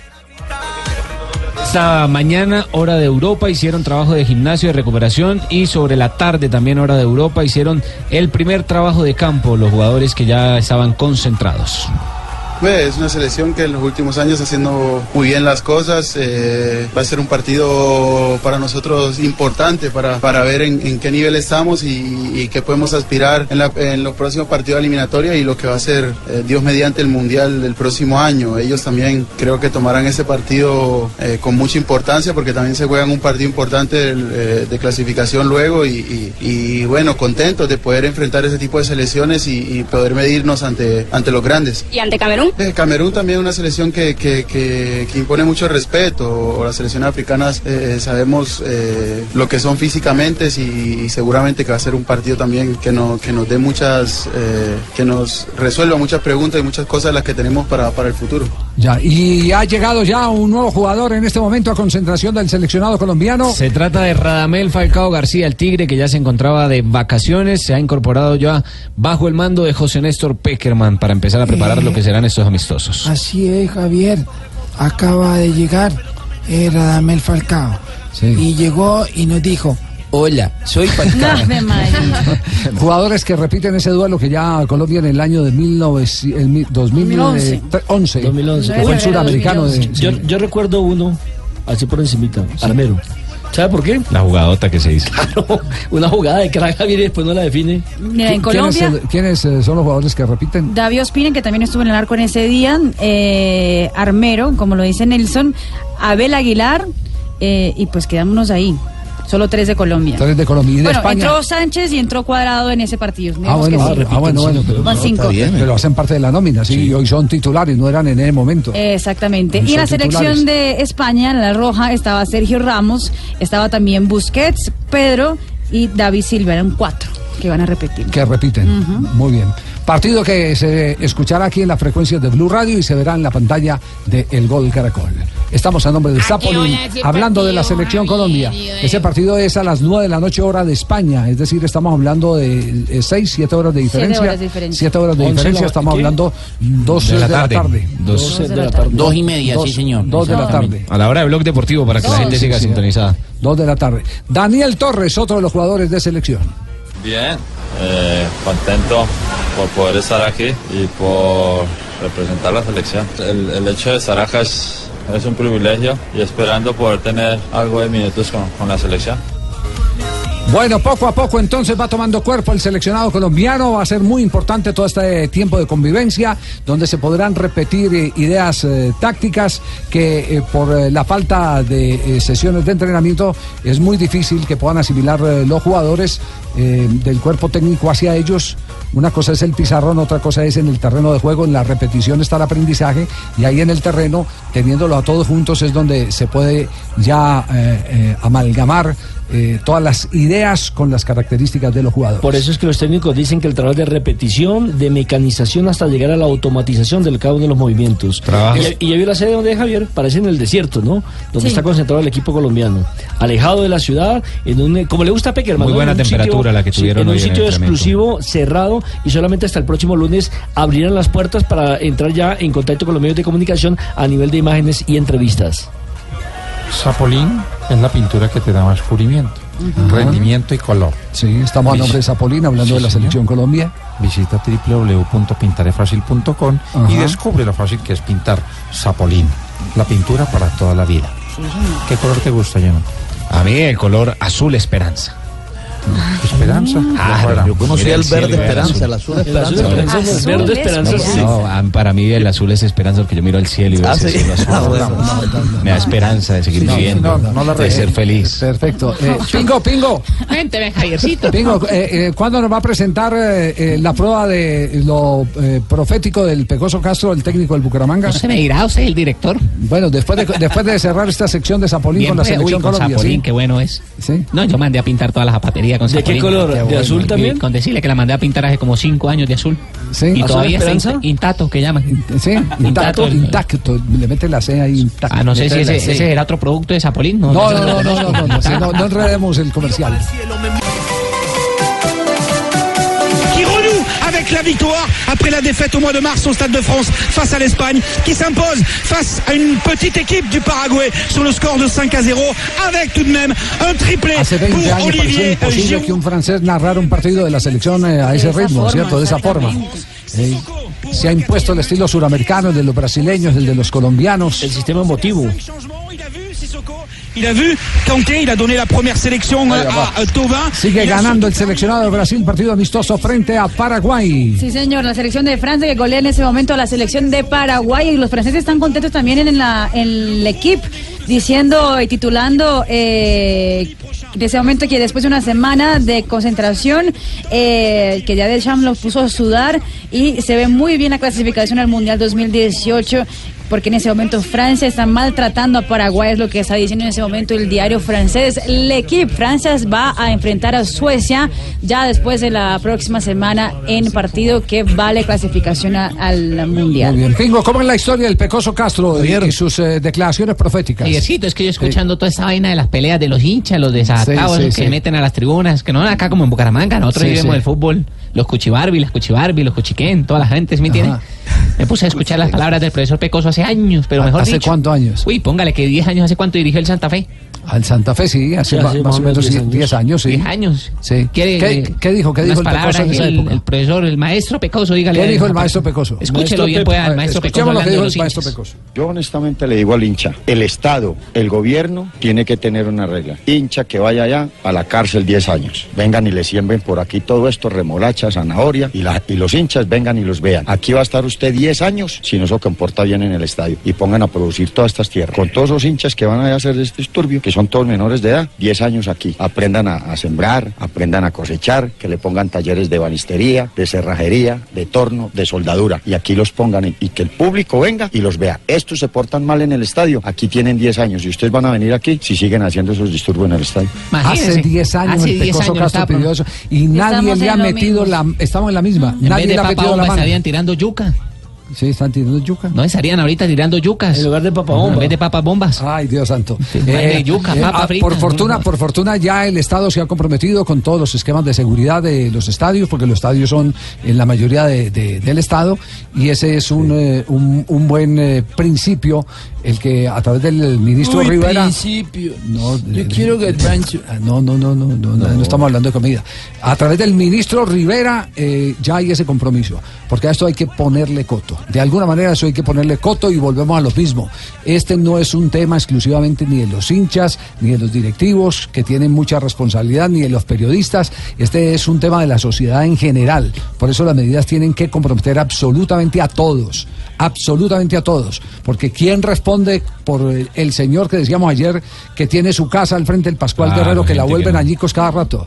Esta mañana, hora de Europa, hicieron trabajo de gimnasio de recuperación y sobre la tarde también hora de Europa hicieron el primer trabajo de campo los jugadores que ya estaban concentrados. Es una selección que en los últimos años está haciendo muy bien las cosas. Eh, va a ser un partido para nosotros importante para, para ver en, en qué nivel estamos y, y qué podemos aspirar en, la, en los próximos partidos eliminatorios y lo que va a ser eh, Dios mediante el Mundial del próximo año. Ellos también creo que tomarán ese partido eh, con mucha importancia porque también se juegan un partido importante de, de clasificación luego y, y, y bueno, contentos de poder enfrentar ese tipo de selecciones y, y poder medirnos ante, ante los grandes. ¿Y ante Camerún? Eh, Camerún también es una selección que, que, que, que impone mucho respeto. Las selecciones africanas eh, sabemos eh, lo que son físicamente y, y seguramente que va a ser un partido también que, no, que nos dé muchas, eh, que nos resuelva muchas preguntas y muchas cosas las que tenemos para, para el futuro. Ya, y ha llegado ya un nuevo jugador en este momento a concentración del seleccionado colombiano. Se trata de Radamel Falcao García, el Tigre, que ya se encontraba de vacaciones, se ha incorporado ya bajo el mando de José Néstor Pekerman para empezar a preparar eh, lo que serán estos amistosos. Así es, Javier, acaba de llegar eh, Radamel Falcao, sí. Y llegó y nos dijo: hola, soy Falcao. Jugadores que repiten ese duelo que ya Colombia en el año de mil novecientos, el dos mil once, dos mil once fue el suramericano. De, yo, sí. yo recuerdo uno, así por encimita, sí. Armero. ¿Sabe por qué? La jugadota que se hizo. Claro, una jugada de crack, Javier, y después no la define. Mira, en Colombia. ¿Quiénes, ¿quiénes son los jugadores que repiten? David Ospina, que también estuvo en el arco en ese día. Eh, Armero, como lo dice Nelson. Abel Aguilar. Eh, y pues quedámonos ahí. Solo tres de Colombia. Tres de Colombia. ¿Y de bueno, España? Entró Sánchez y entró Cuadrado en ese partido. Ah, bueno, que ah, sí. ah, bueno, bueno, pero, Van cinco. Bien, pero hacen parte de la nómina, sí, sí, y hoy son titulares, no eran en ese momento. Exactamente. Y en la selección titulares. De España, en la roja, estaba Sergio Ramos, estaba también Busquets, Pedro y David Silva, eran cuatro que van a repetir. Que repiten, uh-huh. Muy bien. Partido que se escuchará aquí en las frecuencias de Blue Radio y se verá en la pantalla de El Gol Caracol. Estamos a nombre de Zapolín, hablando de la selección Colombia. Ese partido es a las nueve de la noche hora de España, es decir, estamos hablando de seis, siete horas de diferencia. Siete horas de diferencia. Siete horas de diferencia, estamos hablando dos de la tarde. Dos de la tarde. Dos y media, sí señor. Dos de la tarde. A la hora de Blog Deportivo para que la gente siga sintonizada. Dos de la tarde. Daniel Torres, otro de los jugadores de selección. Bien, eh, contento por poder estar aquí y por representar la selección. El, el hecho de estar acá es, es un privilegio y esperando poder tener algo de minutos con, con la selección. Bueno, poco a poco entonces va tomando cuerpo el seleccionado colombiano. Va a ser muy importante todo este tiempo de convivencia, donde se podrán repetir eh, ideas eh, tácticas que eh, por eh, la falta de eh, sesiones de entrenamiento es muy difícil que puedan asimilar eh, los jugadores eh, del cuerpo técnico hacia ellos. Una cosa es el pizarrón, otra cosa es en el terreno de juego. En la repetición está el aprendizaje y ahí en el terreno, teniéndolo a todos juntos, es donde se puede ya eh, eh, amalgamar eh, todas las ideas con las características de los jugadores. Por eso es que los técnicos dicen que el trabajo de repetición, de mecanización hasta llegar a la automatización del cada uno de los movimientos. Y, y ya vio la sede donde es Javier, parece en el desierto, ¿no? Donde sí. está concentrado el equipo colombiano, alejado de la ciudad, en un, como le gusta a Peckerman. Muy buena temperatura sitio, la que tuvieron sí, en hoy un sitio en el exclusivo, cerrado, y solamente hasta el próximo lunes abrirán las puertas para entrar ya en contacto con los medios de comunicación a nivel de imágenes y entrevistas. Zapolín es la pintura que te da más cubrimiento, uh-huh. rendimiento y color. Sí, estamos a nombre de Zapolín hablando sí, de la selección señor. Colombia. Visita doble u doble u doble u punto pintarefacil punto com uh-huh. y descubre lo fácil que es pintar Zapolín, la pintura para toda la vida. Sí, ¿qué color te gusta, Jonathan? A mí el color azul esperanza. Esperanza. Ah, yo conocía el, el verde esperanza, el azul esperanza. El azul verde esperanza. No, no, para mí el azul es esperanza porque yo miro al cielo y veo ah, ese cielo azul. Ah, bueno, no, no, no, me da esperanza de seguir sí, viviendo, no, no, no de ser feliz. Perfecto. Eh, Pingo, Pingo. Cuénteme, Javiercito. Pingo, eh, eh, ¿cuándo nos va a presentar eh, eh, la prueba de lo eh, profético del Pecoso Castro, el técnico del Bucaramanga? No se me dirá, usted el director. Bueno, después de, después de cerrar esta sección de Zapolín Bien, con la selección uy, con Colombia. Zapolín, ¿sí? qué bueno es. ¿Sí? No, yo mandé a pintar toda la zapatería con ¿De Zapolín. qué color? ¿De bueno, azul también? Con decirle que la mandé a pintar hace como cinco años de azul. ¿Sí? Y ¿Azul todavía esperanza? está intacto, que llaman. Sí, intacto, intacto. Le mete la C ahí intacto. Ah, no sé si ese, ese era otro producto de Zapolín. No, no, no, no, no, no, no, no, sí, no, no enredemos el comercial. Avec la victoire après la défaite au mois de mars au Stade de France face à l'Espagne, qui s'impose face à une petite équipe du Paraguay sur le score de cinq à zéro, avec tout de même un triplé pour Olivier Giroud. Que un francés narrara un partido de la selección eh, a ese ritmo, forma, ¿cierto? De esa forma. Eh, se ha impuesto el estilo suramericano, el de los brasileños, el de los colombianos. El sistema emotivo. Il a vu Kanté, il a donné la première sélection a Thauvin. Sigue ganando el seleccionado de Brasil, partido amistoso frente a Paraguay. Sí, señor, la selección de Francia que golea en ese momento a la selección de Paraguay, y los franceses están contentos también en la en el equipo, diciendo y titulando eh, de ese momento que después de una semana de concentración, eh, que ya Deschamps los puso a sudar y se ve muy bien la clasificación al Mundial dos mil dieciocho. Porque en ese momento Francia está maltratando a Paraguay, es lo que está diciendo en ese momento el diario francés. L'Equipe. Francia va a enfrentar a Suecia ya después de la próxima semana en partido que vale clasificación a, al Mundial. Muy bien. Pingo, ¿cómo es la historia del Pecoso Castro y, y sus eh, declaraciones proféticas? Javiercito, es que yo escuchando sí. toda esa vaina de las peleas de los hinchas, los desatados sí, sí, que sí. se meten a las tribunas, que no acá como en Bucaramanga, nosotros sí, vivimos sí. el fútbol, los cuchibarbi, las cuchibarbi, los cuchiquén, toda la gente, ¿me entiende? Me puse a escuchar las palabras del profesor Pecoso hace años, pero mejor ¿Hace dicho. ¿Hace cuántos años? Uy, póngale que diez años, ¿hace cuánto dirigió el Santa Fe? Al Santa Fe, sí, hace, sí, hace más o menos diez años, sí. diez años. Sí. ¿Qué, ¿Qué, ¿Qué dijo? ¿Qué dijo el palabras, Pecoso en esa el, época? El profesor, el maestro Pecoso, dígale. ¿Qué dijo el maestro Pecoso? Escúchelo bien, pues, al maestro Pecoso. Escuchemos lo que dijo el maestro Pecoso. Yo honestamente le digo al hincha, el Estado, el gobierno, tiene que tener una regla. Hincha que vaya allá a la cárcel diez años. Vengan y le siembren por aquí todo esto, remolacha, zanahoria, y, la, y los hinchas vengan y los vean. Aquí va a estar usted diez años si no se comporta bien en el estadio. Y pongan a producir todas estas tierras. Con todos los hinchas que van a hacer este disturbio, que son todos menores de edad, diez años aquí. Aprendan a, a sembrar, aprendan a cosechar, que le pongan talleres de banistería, de cerrajería, de torno, de soldadura. Y aquí los pongan y, y que el público venga y los vea. Estos se portan mal en el estadio. Aquí tienen diez años y ustedes van a venir aquí si siguen haciendo esos disturbios en el estadio. Imagínese, hace diez años hace el Pecoso Castro pidió eso y nadie le ha metido la... Estamos en la misma. En nadie vez de le ha metido la mano. Estarían tirando yuca. Sí, están tirando yuca. No, estarían ahorita tirando yucas. En lugar de papas bombas. En vez de papas bombas. Ay, Dios santo. Sí, eh, yuca, eh, papa ah, frita. Por fortuna, por fortuna ya el Estado se ha comprometido con todos los esquemas de seguridad de los estadios, porque los estadios son en la mayoría de, de, del Estado, y ese es un, eh, un, un buen eh, principio, el que a través del ministro Uy, Rivera... principio. No, Yo de, quiero que rancho. No, no, no, no, no, no, no estamos hablando de comida. A través del ministro Rivera eh, ya hay ese compromiso, porque a esto hay que ponerle coto. De alguna manera eso hay que ponerle coto y volvemos a lo mismo. Este no es un tema exclusivamente ni de los hinchas, ni de los directivos, que tienen mucha responsabilidad, ni de los periodistas. Este es un tema de la sociedad en general. Por eso las medidas tienen que comprometer absolutamente a todos, absolutamente a todos. Porque ¿quién responde por el, el señor que decíamos ayer que tiene su casa al frente del Pascual claro, Guerrero, que la vuelven que no. añicos cada rato?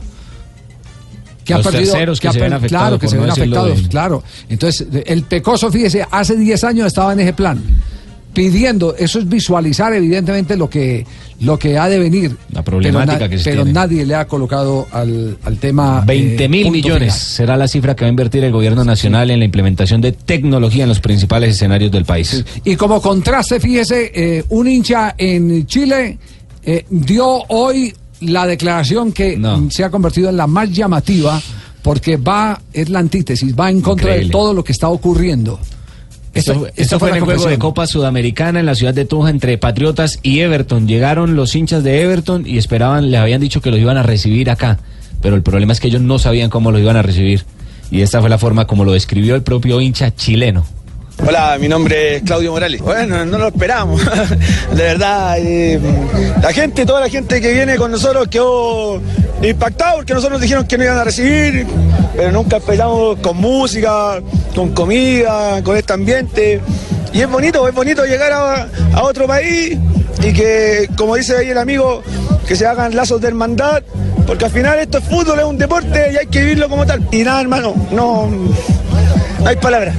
Que los ha perdido, terceros que, que se ha ven afectados. Claro, que se ven afectados, de... claro. Entonces, el Pecoso, fíjese, hace diez años estaba en ese plan. pidiendo, eso es visualizar evidentemente lo que lo que ha de venir. La problemática pero na, que se Pero tiene. nadie le ha colocado al, al tema veinte mil eh, millones final. será la cifra que va a invertir el gobierno nacional en la implementación de tecnología en los principales escenarios del país. Sí. Y como contraste, fíjese, eh, un hincha en Chile eh, dio hoy la declaración que no. se ha convertido en la más llamativa porque va, es la antítesis, va en contra Increíble. de todo lo que está ocurriendo. Esto, esto, esto fue, fue en el juego de Copa Sudamericana en la ciudad de Tunja entre Patriotas y Everton. Llegaron los hinchas de Everton y esperaban, les habían dicho que los iban a recibir acá, pero el problema es que ellos no sabían cómo los iban a recibir. Y esta fue la forma como lo describió el propio hincha chileno. Hola, mi nombre es Claudio Morales. Bueno, no lo esperamos. De verdad, eh, la gente, toda la gente que viene con nosotros quedó impactado porque nosotros dijeron que no iban a recibir, pero nunca esperamos con música, con comida, con este ambiente. Y es bonito, es bonito llegar a, a otro país y que, como dice ahí el amigo, que se hagan lazos de hermandad, porque al final esto es fútbol, es un deporte y hay que vivirlo como tal. Y nada, hermano, no... No hay palabras.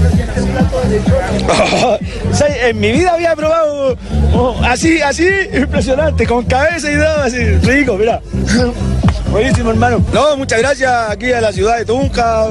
Oh, o sea, en mi vida había probado oh, así, así, impresionante, con cabeza y todo, así, rico, mira. Buenísimo, hermano. No, muchas gracias aquí a la ciudad de Tunja,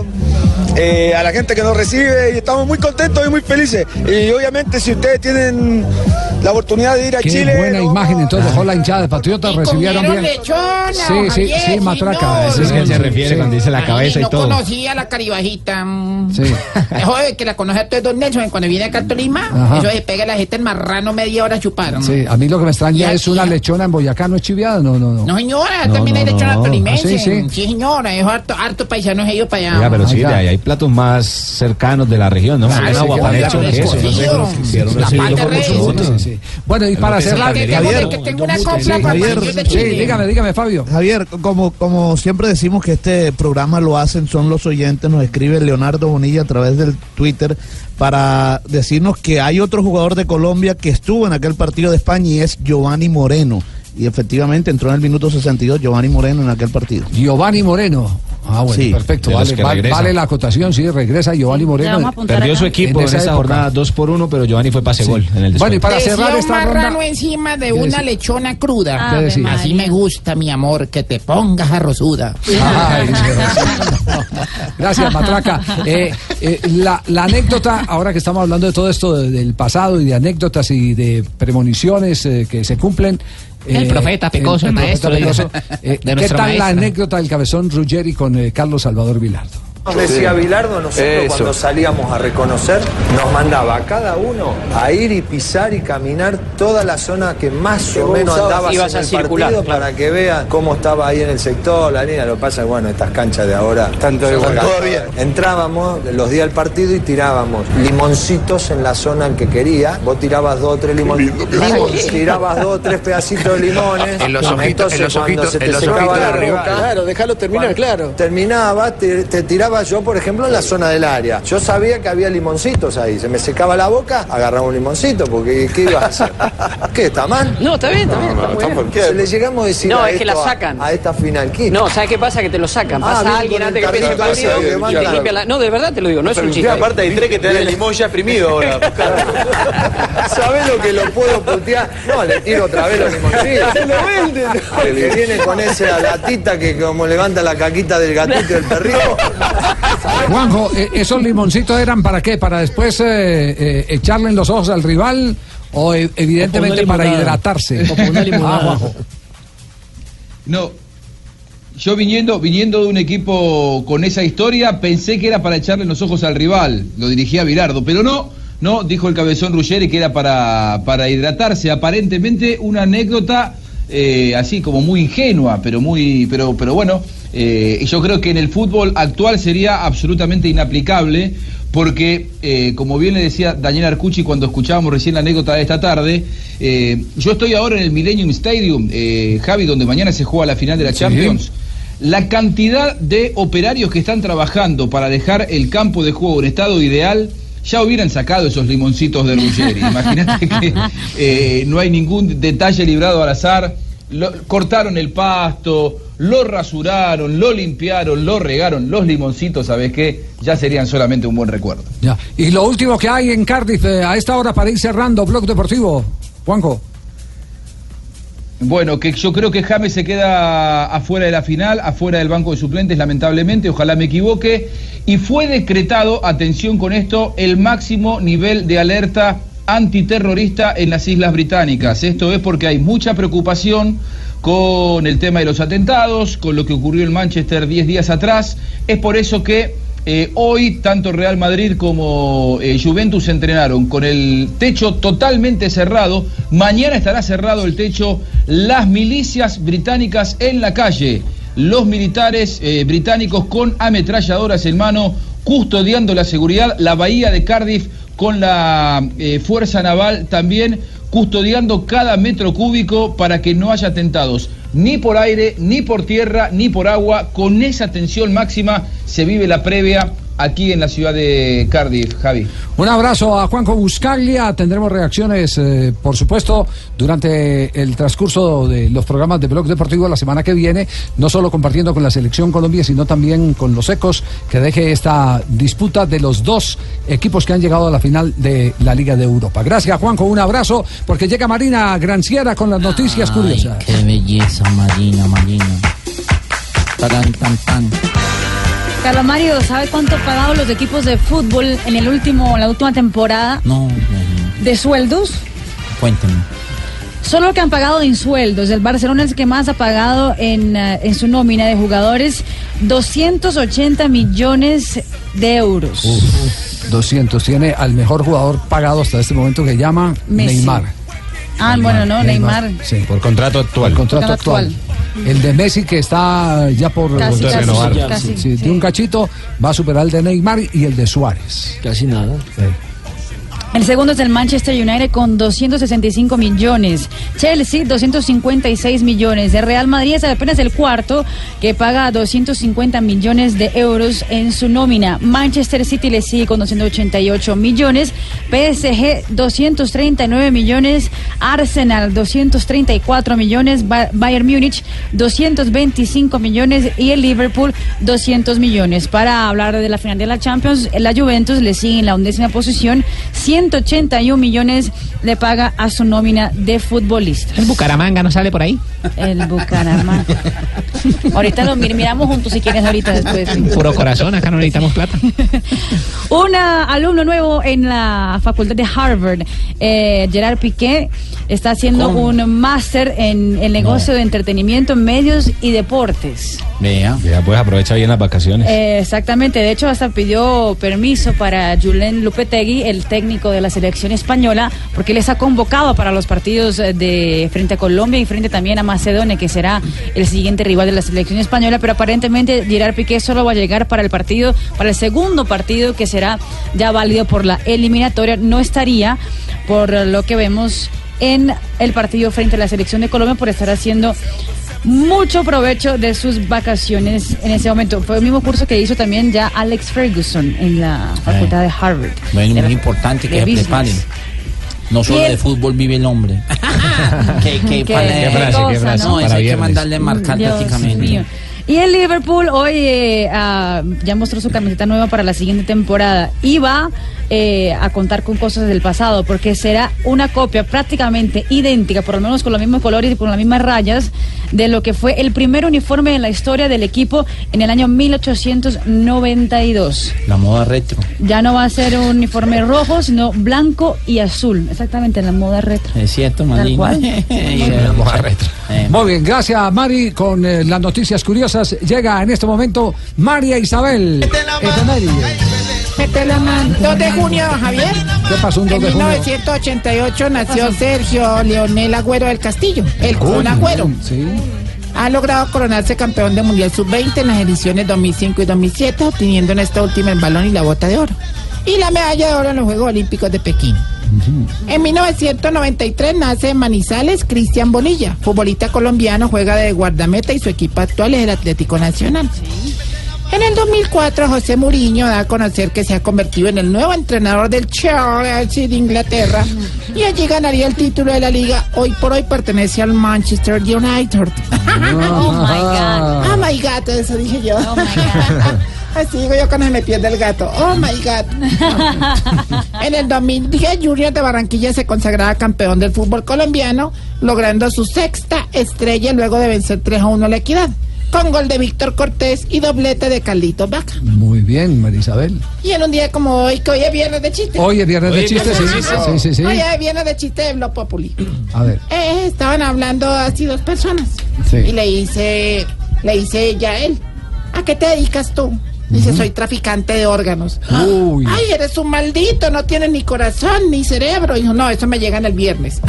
eh, a la gente que nos recibe y estamos muy contentos y muy felices. Y obviamente si ustedes tienen la oportunidad de ir a Qué Chile... buena no, imagen, entonces dejó la hinchada de Patriotas, recibieron bien. Lechona, sí, sí, Javier, sí, matraca. no, Eso es que se refiere sí. cuando dice la cabeza Ay, y no todo. No conocía la caribajita. Sí. Joder, que la conoce todo Don Nelson, cuando viene acá a Tolima, Ajá. eso se pega la gente el marrano media hora chuparon. Sí, a mí lo que me extraña Ya, es una ya. lechona en Boyacá, ¿no es chiviada? No, no, no. No, señora, No, también no, hay lechona no. tolimense. Ah, sí, sí. Sí, señora, es harto, harto paisanos ellos para allá. Oiga, pero sí, Oiga. hay, hay platos más cercanos de la región, ¿no? Claro, Una sí, guapanela claro, con queso, escogido. no sé, no sé, La no sé, pata no sé, de rey. no sé, Sí, sí. Bueno, y para cerrar... Que tengo, que tengo una copla para Javier, partidos de Sí, Chile. dígame, dígame, Fabio. Javier, como, como siempre decimos que este programa lo hacen, son los oyentes, nos escribe Leonardo Bonilla a través del Twitter para decirnos que hay otro jugador de Colombia que estuvo en aquel partido de España y es Giovanni Moreno. Y efectivamente entró en el minuto sesenta y dos Giovanni Moreno en aquel partido. Giovanni Moreno. Ah, bueno, Sí, perfecto. de los Vale, que va- regresa. vale la acotación, sí, regresa Giovanni Moreno. vamos a apuntar Perdió acá. su equipo En en, esa esa época. jornada dos por uno, pero Giovanni fue pase gol en el Bueno, y descuento. para Decía cerrar un esta marrano ronda... encima de ¿Qué una decía? lechona cruda. ¿Qué Ave decía? Así me gusta, mi amor, que te pongas arrozuda. Ay, pero sí. Gracias, Matraca. Eh, eh, la, la anécdota, ahora que estamos hablando de todo esto de- del pasado y de anécdotas y de premoniciones eh, que se cumplen. El profeta Pecoso, el profeta maestro, Pecoso, de- eh, de ¿qué nuestro tal la maestro? anécdota del cabezón Ruggeri con eh, Carlos Salvador Vilardo? Nos decía Bilardo, nosotros Eso. cuando salíamos a reconocer, nos mandaba a cada uno a ir y pisar y caminar toda la zona que más o vos menos usabas, andabas ibas en a el circular, partido claro. para que vean cómo estaba ahí en el sector, la línea. Lo que pasa es bueno, estas canchas de ahora Tanto son igual. canchas. Todo bien. Entrábamos los días del partido y tirábamos limoncitos en la zona en que quería. Vos tirabas dos o tres limoncitos. Tirabas dos o tres pedacitos de limones. En los ojitos, Entonces, en los cuando ojitos, se te en los secaba ojitos la de arriba. boca, Claro, déjalo terminar, cuando claro. Terminaba, te, te tiraba yo, por ejemplo, en la zona del área. Yo sabía que había limoncitos ahí. Se me secaba la boca, agarraba un limoncito, porque ¿qué ibas a hacer? ¿Qué? ¿Está mal? No, está bien, está bien. Está muy bien. Se le llegamos a decir No, a es que esto, la a- sacan. A, esta final. ¿Qué? No, ¿sabes qué pasa? Que te lo sacan. Ah, Pasa bien, alguien con antes el que empiece el carrito partido ese, y te bien, limpia la... No, de verdad te lo digo, no es un chiste. aparte hay tres que te dan el limón ya exprimido ahora. ¿Sabés lo que lo puedo putear? No, le tiro otra vez los limoncitos. Se lo venden. El que viene con esa latita que como levanta la caquita del gatito y del perrito. Juanjo, eh, ¿esos limoncitos eran para qué? ¿Para después eh, eh, echarle en los ojos al rival o eh, evidentemente O por una para limonada. hidratarse? O por una limonada. Ah, Juanjo. No, yo viniendo, viniendo de un equipo con esa historia, pensé que era para echarle en los ojos al rival, lo dirigía Bilardo, pero no, no, dijo el cabezón Ruggeri que era para, para hidratarse, aparentemente una anécdota eh, así como muy ingenua, pero muy, pero, pero bueno, eh, yo creo que en el fútbol actual sería absolutamente inaplicable, porque, eh, como bien le decía Daniel Arcucci cuando escuchábamos recién la anécdota de esta tarde, eh, yo estoy ahora en el Millennium Stadium, eh, Javi, donde mañana se juega la final de la Sí. Champions. La cantidad de operarios que están trabajando para dejar el campo de juego en estado ideal, ya hubieran sacado esos limoncitos de Ruggeri. Imagínate que eh, no hay ningún detalle librado al azar. lo, cortaron el pasto, lo rasuraron, lo limpiaron, lo regaron, los limoncitos, ¿sabes qué? Ya serían solamente un buen recuerdo. Ya. Y lo último que hay en Cardiff eh, a esta hora para ir cerrando, Blog Deportivo, Juanjo. Bueno, que yo creo que James se queda afuera de la final, afuera del banco de suplentes, lamentablemente, ojalá me equivoque, y fue decretado, atención con esto, el máximo nivel de alerta antiterrorista en las Islas Británicas. Esto es porque hay mucha preocupación con el tema de los atentados, con lo que ocurrió en Manchester diez días atrás. Es por eso que eh, hoy tanto Real Madrid como eh, Juventus se entrenaron con el techo totalmente cerrado. Mañana estará cerrado el techo. Las milicias británicas en la calle, los militares eh, británicos con ametralladoras en mano, custodiando la seguridad, la bahía de Cardiff con la eh, fuerza naval también custodiando cada metro cúbico para que no haya atentados, ni por aire, ni por tierra, ni por agua. Con esa tensión máxima se vive la previa aquí en la ciudad de Cardiff, Javi. Un abrazo a Juanjo Buscaglia. Tendremos reacciones, eh, por supuesto, durante el transcurso de los programas de Blog Deportivo la semana que viene, no solo compartiendo con la Selección Colombia, sino también con los ecos que deje esta disputa de los dos equipos que han llegado a la final de la Liga de Europa. Gracias, Juanjo, un abrazo, porque llega Marina Granciera con las noticias Ay, curiosas. Qué belleza, Marina, Marina. Tarán, tan, tan. Carlos Mario, ¿sabe cuánto han pagado los equipos de fútbol en el último, en la última temporada? No, no, no. ¿De sueldos? Cuénteme. Solo lo que han pagado en sueldos. El Barcelona es el que más ha pagado en, uh, en su nómina de jugadores, doscientos ochenta millones de euros. Uf, doscientos. Tiene al mejor jugador pagado hasta este momento, que llama Messi. Neymar. Ah, Neymar, bueno, no, Neymar. Neymar. Sí. Por contrato actual. Por contrato actual. actual. El de Messi, que está ya por casi, casi, renovar. casi, sí, sí. De un cachito va a superar el de Neymar y el de Suárez. Casi nada. Sí. El segundo es el Manchester United con doscientos sesenta y cinco millones. Chelsea, doscientos cincuenta y seis millones. El Real Madrid es apenas el cuarto, que paga doscientos cincuenta millones de euros en su nómina. Manchester City le sigue con doscientos ochenta y ocho millones. P S G, doscientos treinta y nueve millones. Arsenal, doscientos treinta y cuatro millones. Bayern Múnich, doscientos veinticinco millones. Y el Liverpool, doscientos millones. Para hablar de la final de la Champions, la Juventus le sigue en la undécima posición. ciento ochenta y un millones le paga a su nómina de futbolistas. ¿El Bucaramanga no sale por ahí? El Bucaramanga. Ahorita lo mir miramos juntos si quieres, ahorita después. Sí. Puro corazón, acá no necesitamos plata. Un alumno nuevo en la facultad de Harvard, eh, Gerard Piqué, está haciendo ¿Cómo? un máster en el negocio no. de entretenimiento, medios y deportes. Vea. Ya pues aprovecha bien las vacaciones. Eh, exactamente, de hecho hasta pidió permiso para Julen Lopetegui, el técnico de la selección española, porque les ha convocado para los partidos de frente a Colombia y frente también a Macedonia, que será el siguiente rival de la selección española, pero aparentemente Gerard Piqué solo va a llegar para el partido, para el segundo partido, que será ya válido por la eliminatoria. No estaría, por lo que vemos, en el partido frente a la selección de Colombia, por estar haciendo mucho provecho de sus vacaciones en ese momento. Fue el mismo curso que hizo también ya Alex Ferguson en la facultad de Harvard. Bueno, muy importante que se preparen. No solo de fútbol vive el hombre. ¿Qué, qué, ¿Qué, para, qué frase, cosa, qué frase, no, eso hay viernes. que mandarle marcar Dios prácticamente. Mío. Y el Liverpool hoy eh, uh, ya mostró su camiseta nueva para la siguiente temporada y va eh, a contar con cosas del pasado, porque será una copia prácticamente idéntica, por lo menos con los mismos colores y con las mismas rayas, de lo que fue el primer uniforme en la historia del equipo en el año mil ochocientos noventa y dos. La moda retro. Ya no va a ser un uniforme rojo, sino blanco y azul, exactamente, la moda retro. Es cierto, Tal cual. La moda retro. Eh. Muy bien, gracias Mari con eh, las noticias curiosas. Llega en este momento María Isabel. Mete la mano. dos de junio, Javier. ¿Qué pasó un dos de junio? En mil junio? novecientos ochenta y ocho nació Sergio Leonel Agüero del Castillo, el Kun Agüero. Sí. Ha logrado coronarse campeón del Mundial sub veinte en las ediciones dos mil cinco y dos mil siete, obteniendo en esta última el balón y la bota de oro. Y la medalla de oro en los Juegos Olímpicos de Pekín. Uh-huh. En mil novecientos noventa y tres nace en Manizales Cristian Bonilla, futbolista colombiano, juega de guardameta y su equipo actual es el Atlético Nacional. Sí. En el dos mil cuatro, José Mourinho da a conocer que se ha convertido en el nuevo entrenador del Chelsea de Inglaterra, y allí ganaría el título de la liga. Hoy por hoy pertenece al Manchester United. Oh my God. Oh my God, eso dije yo. Oh my God. Así digo yo cuando se me pierde el gato. Oh my God. En el dos mil diez, Junior de Barranquilla se consagraba campeón del fútbol colombiano, logrando su sexta estrella luego de vencer tres a uno a la Equidad, con gol de Víctor Cortés y doblete de Carlitos Vaca. Muy bien, Marisabel. Y en un día como hoy, que hoy es viernes de chistes. Hoy es viernes de chistes, sí, sí, sí, sí. Hoy es viernes de chistes de Blog Populi. A ver. Eh, estaban hablando así dos personas. Sí. Y le dice, le dice ella a él, ¿a qué te dedicas tú? Dice, soy traficante de órganos. Uy. Ay, eres un maldito, no tienes ni corazón ni cerebro. Dijo, no, eso me llega en el viernes.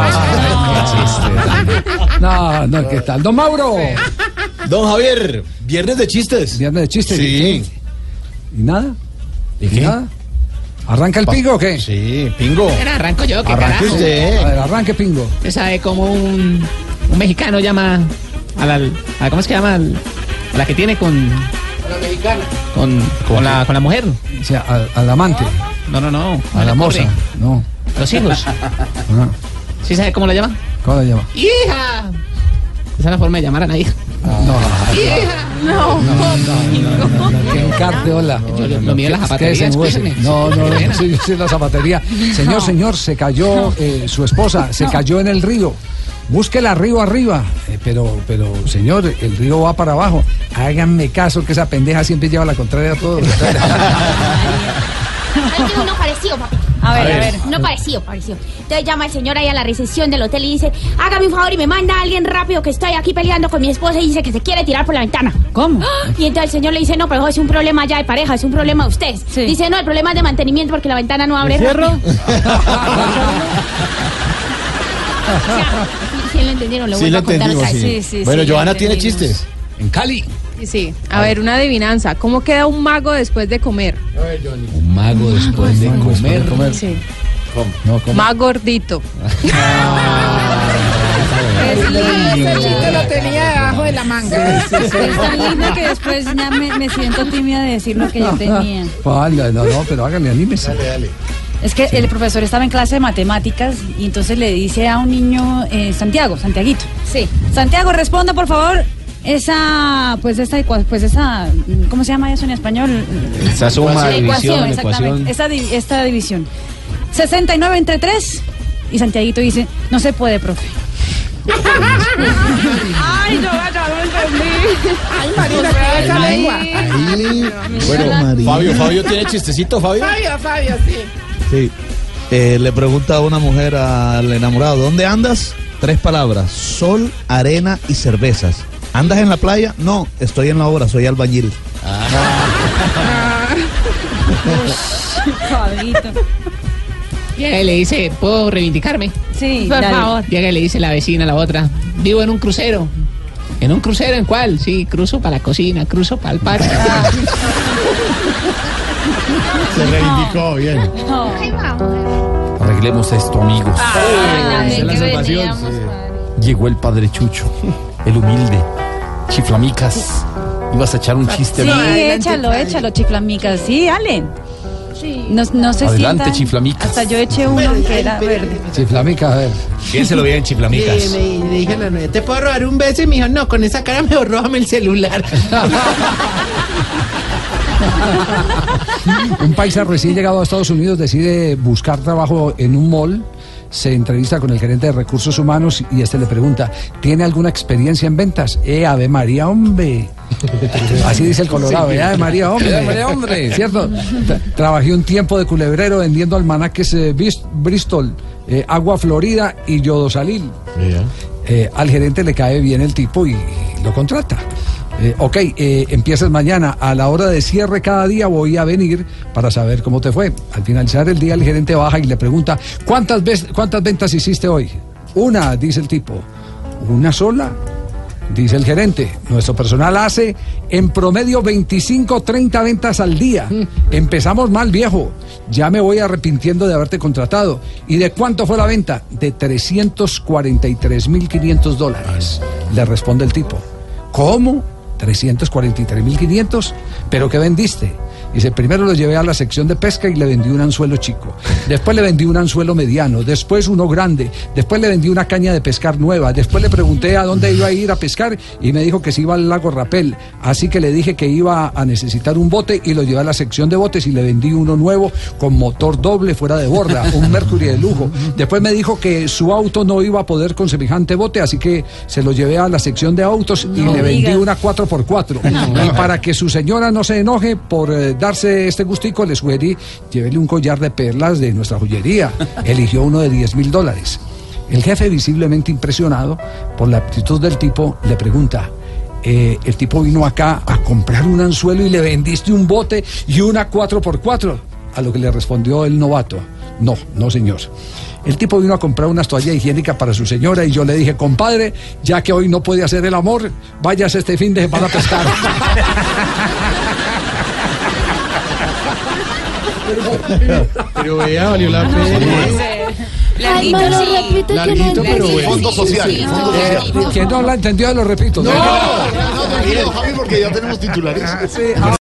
No, no, ¿qué tal? Don Mauro. Don Javier, viernes de chistes. Viernes de chistes. Sí. ¿Y nada? ¿Y qué? nada? ¿Arranca el pingo o qué? Sí, pingo. Bueno, arranco yo, ¿qué Arranque carajo? usted. A ver, arranque pingo. Usted sabe cómo un, un mexicano llama a la, a la- ¿cómo es que llama? Al- a la que tiene con... La mexicana. Con, con, la, con la mujer. O sea, al, al amante. No, no, no. A la moza. No. Los hijos. Ah, ¿Sí sabe cómo la llama? ¿Cómo la llama? ¡Hija! Esa es la forma de llamar a la hija. No. ¡Hija! No. Que encarte, hola. Yo lo, lo mío en la zapatería, Que desenhuese. escúcheme. No, no, no, sí, sí, la zapatería. Señor, señor, se cayó eh, su esposa, se cayó en el río. Búsquela río arriba. Eh, pero, pero, señor, el río va para abajo. Háganme caso que esa pendeja siempre lleva la contraria a todo. Ahí tengo uno parecido, papi. A ver, a ver. No parecido, parecido. Entonces llama el señor ahí a la recepción del hotel y dice, hágame un favor y me manda a alguien rápido que estoy aquí peleando con mi esposa y dice que se quiere tirar por la ventana. ¿Cómo? Y entonces el señor le dice, no, pero es un problema ya de pareja, es un problema de usted. Sí. Dice, no, el problema es de mantenimiento porque la ventana no abre. ¿Cierro? Sí, lo entendieron, lo Sí, vuelvo lo a contar entendimos, otra vez. sí. Sí, sí, Bueno, sí, Johanna ya tiene entendimos. chistes. En Cali. Sí, a ver, una adivinanza. ¿Cómo queda un mago después de comer? Un mago después de comer. Sí. No, ¿cómo? Más gordito. Es lindo. Ese chiste lo tenía debajo de la manga. Es tan lindo que después ya me, me siento tímida de decir lo que yo tenía. Vale, no, no, pero háganle, anímese. Dale, dale. Es que el profesor estaba en clase de matemáticas y entonces le dice a un niño, eh, Santiago, Santiaguito. Sí. Santiago, responda por favor esa, pues esta, ecua- pues esa, ¿cómo se llama eso en español? Esa suma, La división, exactamente. ecuación. Esta, di- esta división. sesenta y nueve entre tres. Y Santiaguito dice, no se puede, profe. Ay, yo ya lo entendí. Ay, Marina, que esa lengua. Ahí, Bueno, María. Fabio, Fabio tiene chistecito, Fabio. Fabio, Fabio, sí. Sí. Eh, le pregunta a una mujer al enamorado, ¿dónde andas? Tres palabras, sol, arena y cervezas. ¿Andas en la playa? No, estoy en la obra, soy albañil. Fabito. Llega y le dice, ¿puedo reivindicarme? Sí, Por dale. favor. Llega y le dice la vecina a la otra, vivo en un crucero. ¿En un crucero en cuál? Sí, cruzo para la cocina, cruzo para el parque. Se reivindicó, bien. No. Arreglemos esto, amigos. Ay, esa es la qué salvación, veníamos, sí. padre. Llegó el padre Chucho, el humilde. Chiflamicas. Ibas a echar un chiste. Sí, ¿no? échalo, échalo, chiflamicas. Sí, dale. Sí. No, no se Adelante, sientan- chiflamicas. Hasta yo eché uno que era verde. Chiflamica, a ver. ¿Quién se lo veía en Chiflamicas? Sí, le, le dije a la novia, ¿te puedo robar un beso? Y me dijo, no, con esa cara mejor róbame el celular. Un paisa recién llegado a Estados Unidos decide buscar trabajo en un mall. Se entrevista con el gerente de recursos humanos y este le pregunta, ¿tiene alguna experiencia en ventas? Eh, Ave María, hombre. Así dice el Colorado, eh, Ave María, hombre. Ave María, hombre. ¿Cierto? Tra- Trabajé un tiempo de culebrero vendiendo almanaques eh, Bis- Bristol, eh, Agua Florida y Yodosalil. Eh, al gerente le cae bien el tipo y, y lo contrata. Eh, ok, eh, empiezas mañana. A la hora de cierre cada día voy a venir para saber cómo te fue. Al finalizar el día el gerente baja y le pregunta, ¿cuántas, ves- cuántas ventas hiciste hoy? Una, dice el tipo. ¿Una sola? Dice el gerente. Nuestro personal hace en promedio veinticinco, treinta ventas al día. Empezamos mal, viejo. Ya me voy arrepintiendo de haberte contratado. ¿Y de cuánto fue la venta? De trescientos cuarenta y tres mil quinientos dólares. Le responde el tipo. ¿Cómo? trescientos cuarenta y tres mil quinientos. ¿Pero qué vendiste? Dice, primero lo llevé a la sección de pesca y le vendí un anzuelo chico. Después le vendí un anzuelo mediano. Después uno grande. Después le vendí una caña de pescar nueva. Después le pregunté a dónde iba a ir a pescar y me dijo que se iba al lago Rapel. Así que le dije que iba a necesitar un bote y lo llevé a la sección de botes y le vendí uno nuevo con motor doble fuera de borda, un Mercury de lujo. Después me dijo que su auto no iba a poder con semejante bote, así que se lo llevé a la sección de autos y no le vendí digas. una cuatro por cuatro. No. Y para que su señora no se enoje por eh, darse este gustico, le sugerí, llévele un collar de perlas de nuestra joyería. Eligió uno de diez mil dólares. El jefe, visiblemente impresionado por la actitud del tipo, le pregunta, eh, el tipo vino acá a comprar un anzuelo y le vendiste un bote y una cuatro por cuatro. A lo que le respondió el novato, no, no señor. El tipo vino a comprar unas toallas higiénicas para su señora y yo le dije, compadre, ya que hoy no puede hacer el amor, váyase este fin de semana a pescar. pero, pero vea, valió la pena. Larguito, Ay, sí. repite Larguito, que no pero bueno. Fondo social. Sí, fondo eh, social. Quien no lo ha entendido, lo repito. No, no, no, tranquilo, Javi, porque ya tenemos titulares. Sí,